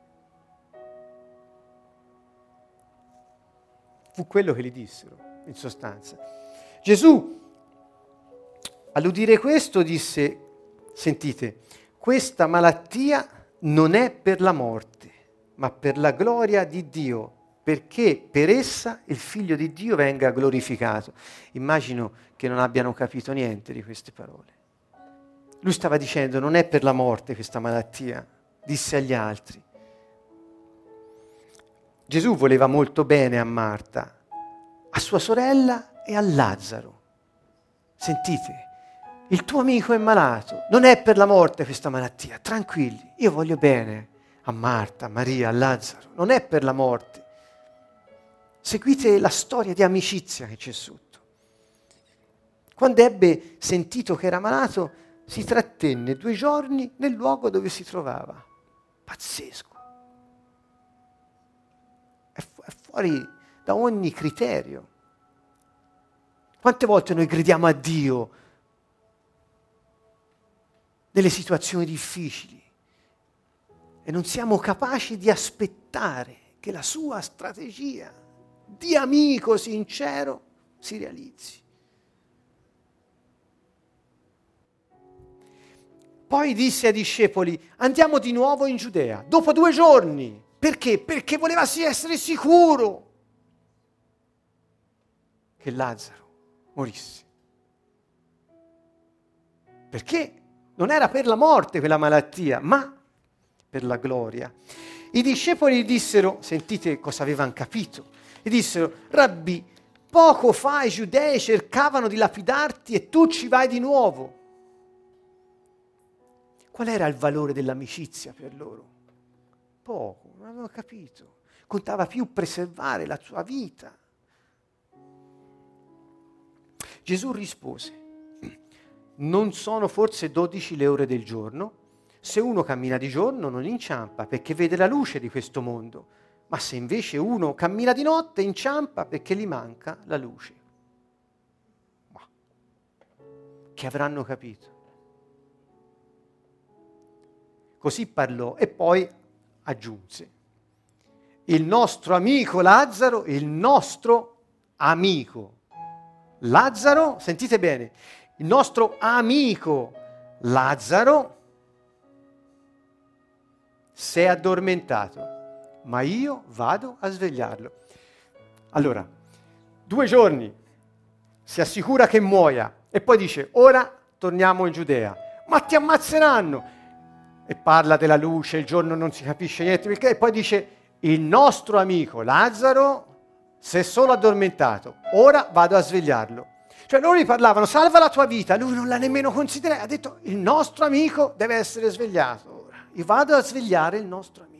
S1: Fu quello che gli dissero, in sostanza. Gesù, all'udire questo, disse: sentite, questa malattia non è per la morte, ma per la gloria di Dio, perché per essa il Figlio di Dio venga glorificato. Immagino che non abbiano capito niente di queste parole. Lui stava dicendo: non è per la morte questa malattia, disse agli altri. Gesù voleva molto bene a Marta, a sua sorella e a Lazzaro. Sentite, il tuo amico è malato, non è per la morte questa malattia, tranquilli, io voglio bene a Marta, a Maria, a Lazzaro, non è per la morte. Seguite la storia di amicizia che c'è sotto. Quando ebbe sentito che era malato, si trattenne due giorni nel luogo dove si trovava. Pazzesco. È, fu- è fuori da ogni criterio. Quante volte noi gridiamo a Dio nelle situazioni difficili e non siamo capaci di aspettare che la sua strategia di amico sincero si realizzi. Poi disse ai discepoli: andiamo di nuovo in Giudea, dopo due giorni. Perché? Perché voleva essere sicuro che Lazzaro morisse. Perché non era per la morte quella malattia, ma per la gloria. I discepoli dissero, sentite cosa avevano capito, gli dissero: Rabbì, poco fa i giudei cercavano di lapidarti e tu ci vai di nuovo. Qual era il valore dell'amicizia per loro? Poco, non avevano capito. Contava più preservare la sua vita. Gesù rispose: non sono forse dodici le ore del giorno? Se uno cammina di giorno non inciampa perché vede la luce di questo mondo, ma se invece uno cammina di notte inciampa perché gli manca la luce. Ma che avranno capito? Così parlò e poi aggiunse: il nostro amico Lazzaro, il nostro amico Lazzaro, sentite bene, il nostro amico Lazzaro si è addormentato, ma io vado a svegliarlo. Allora, due giorni, si assicura che muoia e poi dice: ora torniamo in Giudea. Ma ti ammazzeranno! E parla della luce, il giorno non si capisce niente, perché, e poi dice: il nostro amico Lazzaro si è solo addormentato, ora vado a svegliarlo. Cioè loro gli parlavano: salva la tua vita, lui non l'ha nemmeno considerato, ha detto: il nostro amico deve essere svegliato ora, io vado a svegliare il nostro amico.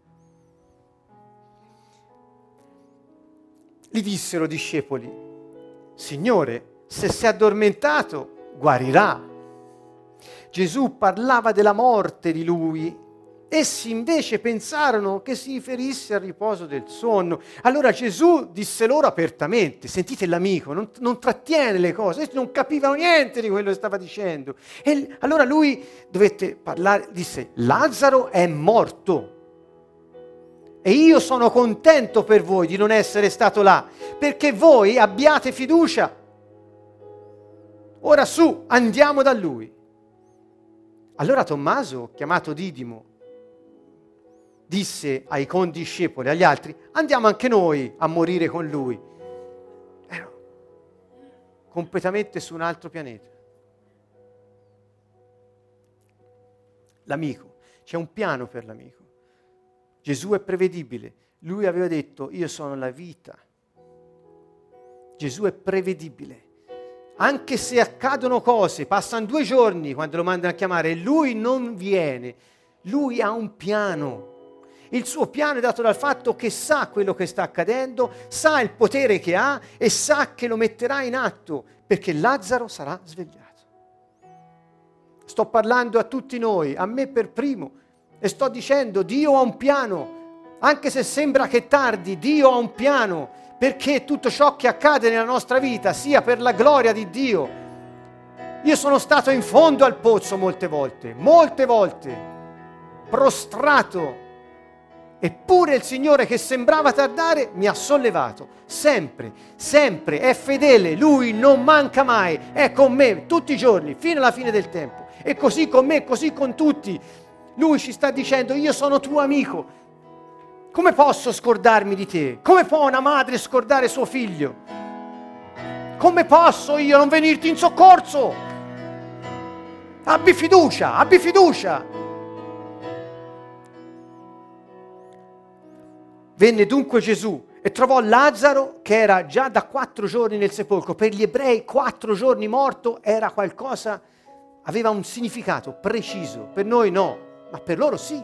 S1: Gli dissero i discepoli: Signore, se si è addormentato guarirà. Gesù parlava della morte di lui. Essi invece pensarono che si riferisse al riposo del sonno. Allora Gesù disse loro apertamente, sentite l'amico, non, non trattiene le cose, essi non capivano niente di quello che stava dicendo. E allora lui dovette parlare, disse: Lazzaro è morto. E io sono contento per voi di non essere stato là, perché voi abbiate fiducia. ora su, andiamo da lui. Allora Tommaso, chiamato Didimo, disse ai condiscepoli, agli altri, andiamo anche noi a morire con lui. Ero completamente su un altro pianeta. L'amico, c'è un piano per l'amico. Gesù è prevedibile. Lui aveva detto, io sono la vita. Gesù è prevedibile. Anche se accadono cose, passano due giorni quando lo mandano a chiamare e lui non viene, lui ha un piano. Il suo piano è dato dal fatto che sa quello che sta accadendo, sa il potere che ha e sa che lo metterà in atto, perché Lazzaro sarà svegliato. Sto parlando a tutti noi, a me per primo, e sto dicendo, Dio ha un piano, anche se sembra che tardi, Dio ha un piano, perché tutto ciò che accade nella nostra vita sia per la gloria di Dio. Io sono stato in fondo al pozzo molte volte, molte volte, prostrato, eppure il Signore che sembrava tardare mi ha sollevato, sempre, sempre, è fedele, Lui non manca mai, è con me tutti i giorni, fino alla fine del tempo. E così con me, così con tutti. Lui ci sta dicendo, io sono tuo amico. Come posso scordarmi di te? Come può una madre scordare suo figlio? Come posso io non venirti in soccorso? Abbi fiducia, abbi fiducia. Venne dunque Gesù e trovò Lazzaro che era già da quattro giorni nel sepolcro. Per gli ebrei quattro giorni morto era qualcosa, aveva un significato preciso. Per noi no, ma per loro sì.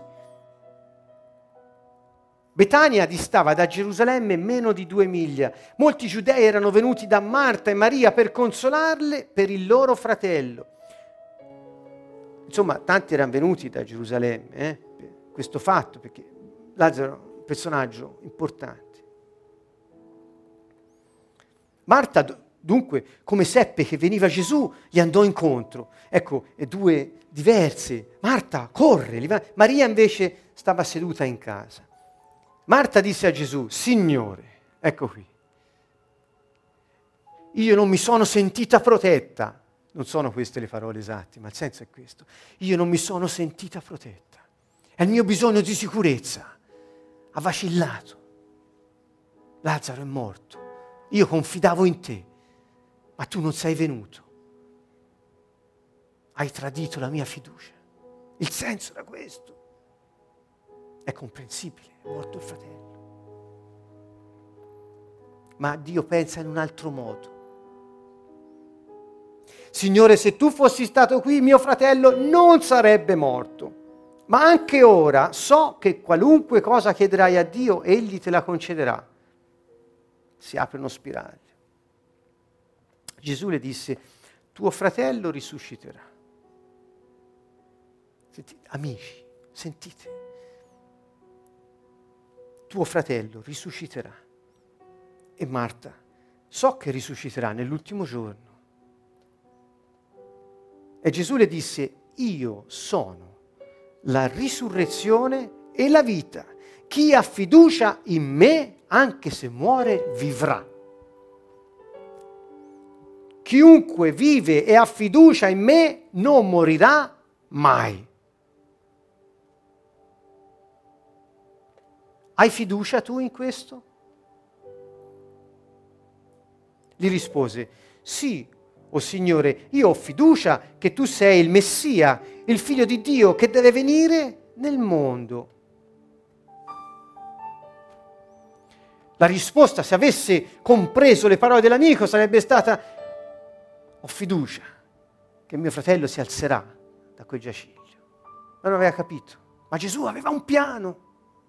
S1: Betania distava da Gerusalemme meno di due miglia. Molti giudei erano venuti da Marta e Maria per consolarle per il loro fratello. Insomma, tanti erano venuti da Gerusalemme, eh, per questo fatto, perché Lazzaro è un personaggio importante. Marta, dunque, come seppe che veniva Gesù, gli andò incontro. Ecco, e due diverse. Marta, corre. Maria invece stava seduta in casa. Marta disse a Gesù, Signore, ecco qui, io non mi sono sentita protetta. Non sono queste le parole esatte, ma il senso è questo. Io non mi sono sentita protetta. È il mio bisogno di sicurezza. Ha vacillato. Lazzaro è morto. Io confidavo in te, ma tu non sei venuto. Hai tradito la mia fiducia. Il senso era questo. È comprensibile, è morto il fratello. Ma Dio pensa in un altro modo. Signore, se tu fossi stato qui, mio fratello non sarebbe morto. Ma anche ora so che qualunque cosa chiederai a Dio, Egli te la concederà. Si apre uno spiraglio. Gesù le disse, tuo fratello risusciterà. Sentite, amici, sentite. Tuo fratello risusciterà. E Marta, so che risusciterà nell'ultimo giorno. E Gesù le disse, io sono la risurrezione e la vita. Chi ha fiducia in me, anche se muore, vivrà. Chiunque vive e ha fiducia in me non morirà mai. Hai fiducia tu in questo? Gli rispose, sì, o Signore, io ho fiducia che tu sei il Messia, il Figlio di Dio che deve venire nel mondo. La risposta, se avesse compreso le parole dell'amico, sarebbe stata, ho fiducia che mio fratello si alzerà da quel giaciglio. Non aveva capito, ma Gesù aveva un piano.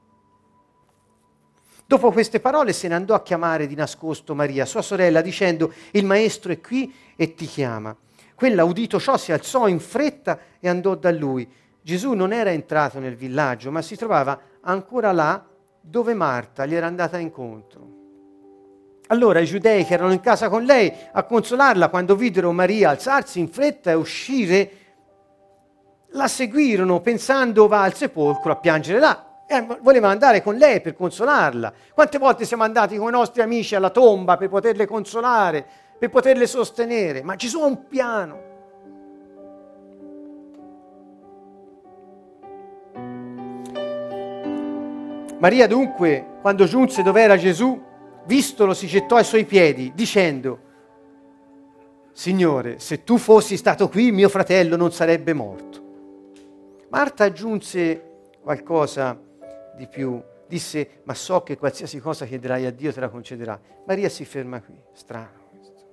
S1: Dopo queste parole se ne andò a chiamare di nascosto Maria, sua sorella, dicendo, il maestro è qui e ti chiama. Quella, udito ciò, si alzò in fretta e andò da lui. Gesù non era entrato nel villaggio, ma si trovava ancora là dove Marta gli era andata incontro. Allora i giudei che erano in casa con lei a consolarla, quando videro Maria alzarsi in fretta e uscire, la seguirono pensando va al sepolcro a piangere là. Eh, voleva andare con lei per consolarla. Quante volte siamo andati con i nostri amici alla tomba per poterle consolare, per poterle sostenere, ma Gesù ha un piano. Maria dunque, quando giunse dove era Gesù, vistolo si gettò ai suoi piedi, dicendo: Signore, se tu fossi stato qui, mio fratello non sarebbe morto. Marta aggiunse qualcosa di più, disse: ma so che qualsiasi cosa chiederai a Dio te la concederà. Maria si ferma qui, strano questo.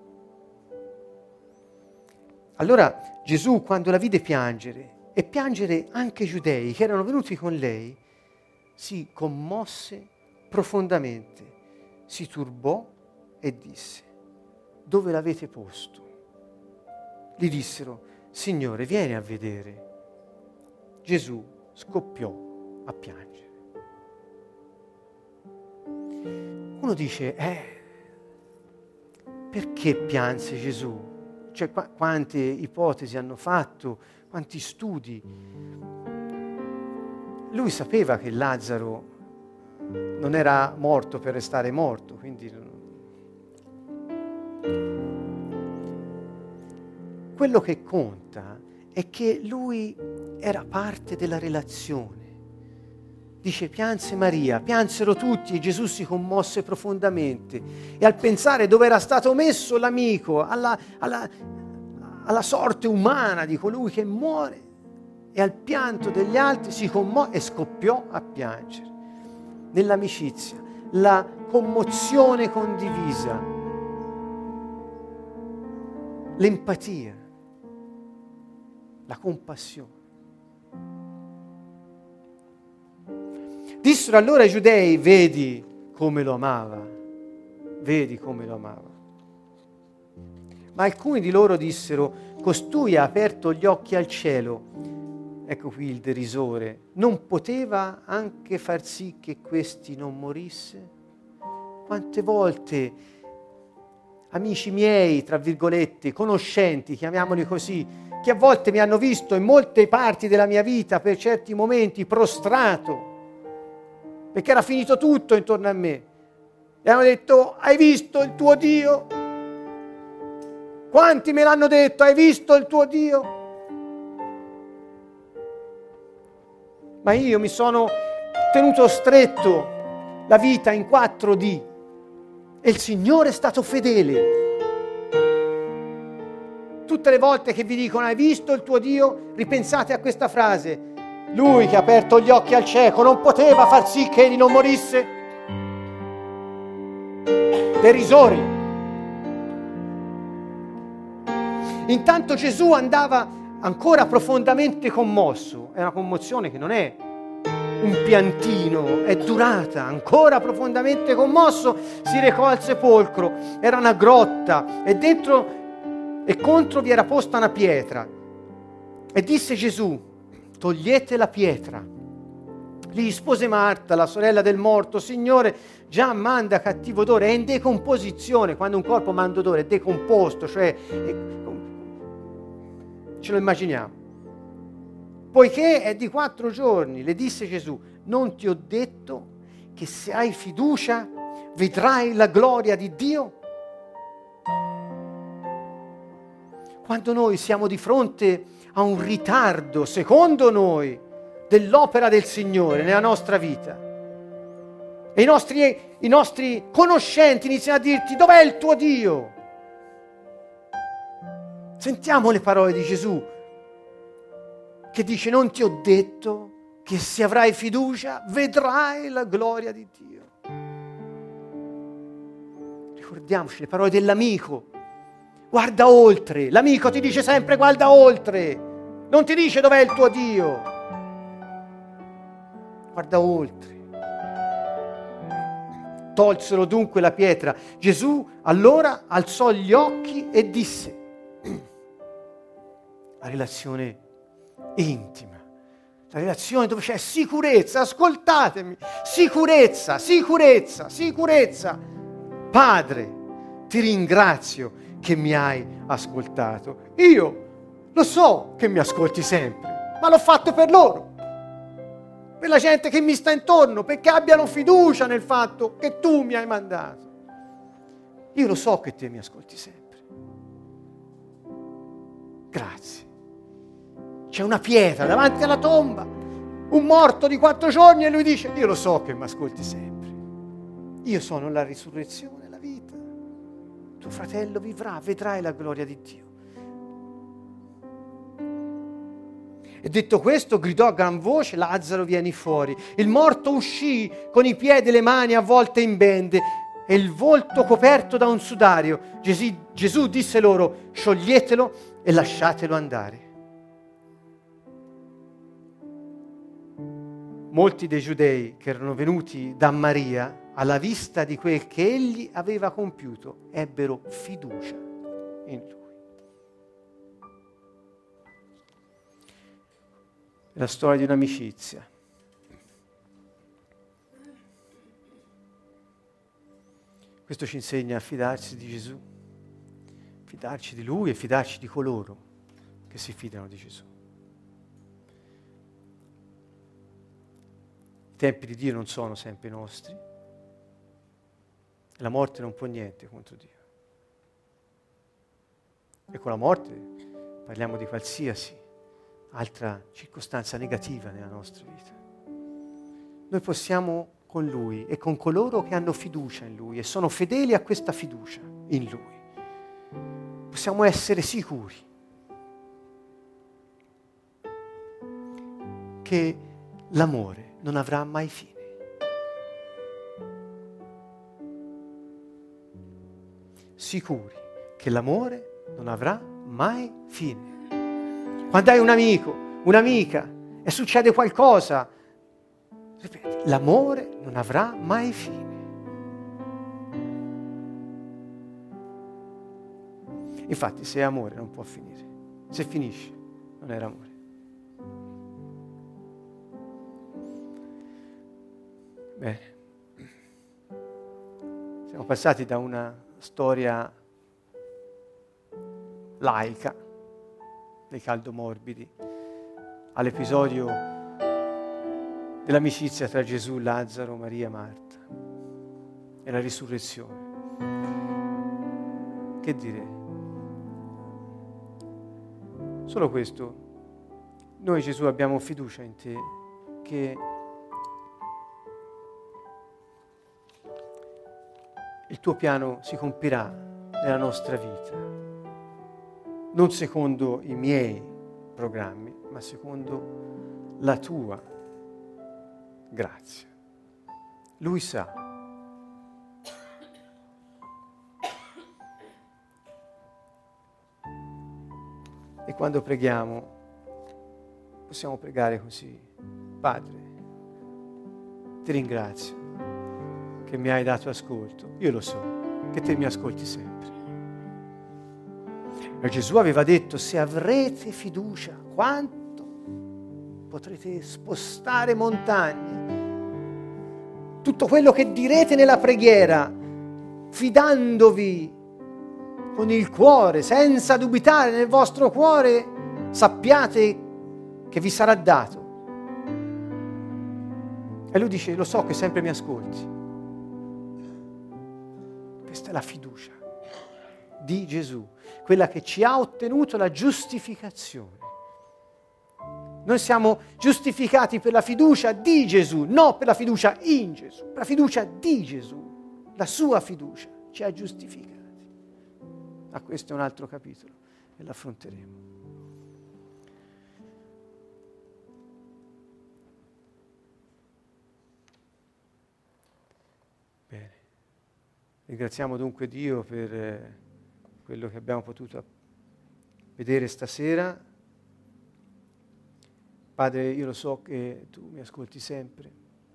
S1: Allora Gesù, quando la vide piangere, e piangere anche i giudei che erano venuti con lei, si commosse profondamente, si turbò e disse: dove l'avete posto? Gli dissero: Signore, vieni a vedere. Gesù scoppiò a piangere. Uno dice: eh, perché pianse Gesù? Cioè, qu- quante ipotesi hanno fatto, quanti studi. Lui sapeva che Lazzaro non era morto per restare morto, quindi quello che conta è che lui era parte della relazione. Dice: pianse Maria, piansero tutti e Gesù si commosse profondamente. E al pensare dove era stato messo l'amico, alla, alla, alla sorte umana di colui che muore, e al pianto degli altri si commosse e scoppiò a piangere. Nell'amicizia, la commozione condivisa, l'empatia, la compassione. Dissero allora i giudei: vedi come lo amava, vedi come lo amava. Ma alcuni di loro dissero: costui ha aperto gli occhi al cielo. Ecco qui il derisore. Non poteva anche far sì che questi non morisse? Quante volte amici miei, tra virgolette, conoscenti, chiamiamoli così, che a volte mi hanno visto in molte parti della mia vita, per certi momenti, prostrato, perché era finito tutto intorno a me, e hanno detto: hai visto il tuo Dio? Quanti me l'hanno detto: hai visto il tuo Dio? Ma io mi sono tenuto stretto la vita in quattro D e il Signore è stato fedele. Tutte le volte che vi dicono: hai visto il tuo Dio? Ripensate a questa frase: Lui che ha aperto gli occhi al cieco non poteva far sì che egli non morisse? Derisori. Intanto Gesù andava ancora profondamente commosso. È una commozione che non è un piantino, è durata. Ancora profondamente commosso si recò al sepolcro. Era una grotta e dentro e contro vi era posta una pietra. E disse Gesù: togliete la pietra. Gli rispose Marta, la sorella del morto: Signore, già manda cattivo odore, è in decomposizione. Quando un corpo manda odore è decomposto, cioè è, ce lo immaginiamo. Poiché è di quattro giorni, le disse Gesù: non ti ho detto che se hai fiducia vedrai la gloria di Dio? Quando noi siamo di fronte a un ritardo, secondo noi, dell'opera del Signore nella nostra vita, e i nostri, i nostri conoscenti iniziano a dirti: dov'è il tuo Dio? Sentiamo le parole di Gesù che dice: non ti ho detto che se avrai fiducia vedrai la gloria di Dio. Ricordiamoci le parole dell'amico: guarda oltre. L'amico ti dice sempre: guarda oltre, non ti dice dov'è il tuo Dio. Guarda oltre. Tolsero dunque la pietra. Gesù allora alzò gli occhi e disse: la relazione intima, la relazione dove c'è sicurezza, ascoltatemi, sicurezza, sicurezza, sicurezza. Padre, ti ringrazio che mi hai ascoltato. Io lo so che mi ascolti sempre, ma l'ho fatto per loro, per la gente che mi sta intorno, perché abbiano fiducia nel fatto che tu mi hai mandato. Io lo so che te mi ascolti sempre. Grazie. C'è una pietra davanti alla tomba, un morto di quattro giorni, e lui dice: io lo so che mi ascolti sempre. Io sono la risurrezione e la vita. Tuo fratello vivrà, vedrai la gloria di Dio. E detto questo, gridò a gran voce: Lazzaro, vieni fuori. Il morto uscì con i piedi e le mani avvolte in bende e il volto coperto da un sudario. Gesù, Gesù disse loro: scioglietelo e lasciatelo andare. Molti dei giudei che erano venuti da Maria, alla vista di quel che egli aveva compiuto, ebbero fiducia in lui. È la storia di un'amicizia. Questo ci insegna a fidarsi di Gesù, fidarci di Lui e fidarci di coloro che si fidano di Gesù. I tempi di Dio non sono sempre i nostri. La morte non può niente contro Dio. E con la morte parliamo di qualsiasi altra circostanza negativa nella nostra vita. Noi possiamo con Lui e con coloro che hanno fiducia in Lui e sono fedeli a questa fiducia in Lui, possiamo essere sicuri che l'amore non avrà mai fine. Sicuri che l'amore non avrà mai fine. Quando hai un amico, un'amica e succede qualcosa, ripeti, l'amore non avrà mai fine. Infatti, se è amore non può finire. Se finisce, non era amore. Bene. Siamo passati da una storia laica dei caldomorbidi all'episodio dell'amicizia tra Gesù, Lazzaro, Maria, Marta e la risurrezione. Che dire? Solo questo. Noi, Gesù, abbiamo fiducia in te che il tuo piano si compirà nella nostra vita, non secondo i miei programmi, ma secondo la tua grazia. Lui sa. E quando preghiamo, possiamo pregare così: Padre, ti ringrazio che mi hai dato ascolto. Io lo so che te mi ascolti sempre. E Gesù aveva detto: se avrete fiducia, quanto potrete spostare montagne. Tutto quello che direte nella preghiera, fidandovi con il cuore, senza dubitare nel vostro cuore, sappiate che vi sarà dato. E lui dice: lo so che sempre mi ascolti. Questa è la fiducia di Gesù, quella che ci ha ottenuto la giustificazione. Noi siamo giustificati per la fiducia di Gesù, non per la fiducia in Gesù, per la fiducia di Gesù. La sua fiducia ci ha giustificati. Ma questo è un altro capitolo e l'affronteremo. Bene. Ringraziamo dunque Dio per eh, quello che abbiamo potuto vedere stasera. Padre, io lo so che tu mi ascolti sempre.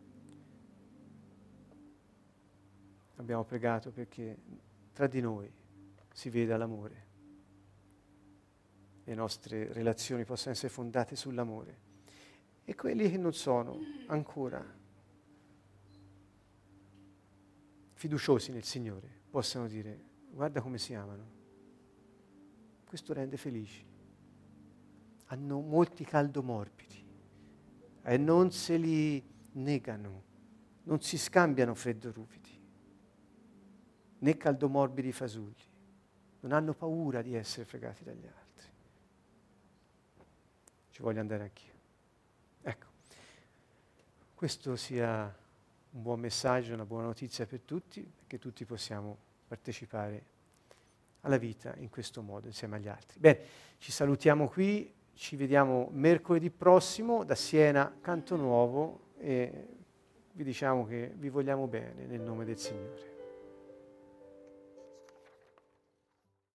S1: Abbiamo pregato perché tra di noi si veda l'amore. Le nostre relazioni possano essere fondate sull'amore. E quelli che non sono ancora fiduciosi nel Signore possano dire: guarda come si amano. Questo rende felici. Hanno molti caldomorbidi e non se li negano, non si scambiano freddorupidi. né caldomorbidi fasulli. Non hanno paura di essere fregati dagli altri. Ci voglio andare anch'io. Ecco, questo sia un buon messaggio, una buona notizia per tutti, che tutti possiamo partecipare alla vita in questo modo, insieme agli altri. Bene, ci salutiamo qui, ci vediamo mercoledì prossimo da Siena, Canto Nuovo, e vi diciamo che vi vogliamo bene nel nome del Signore.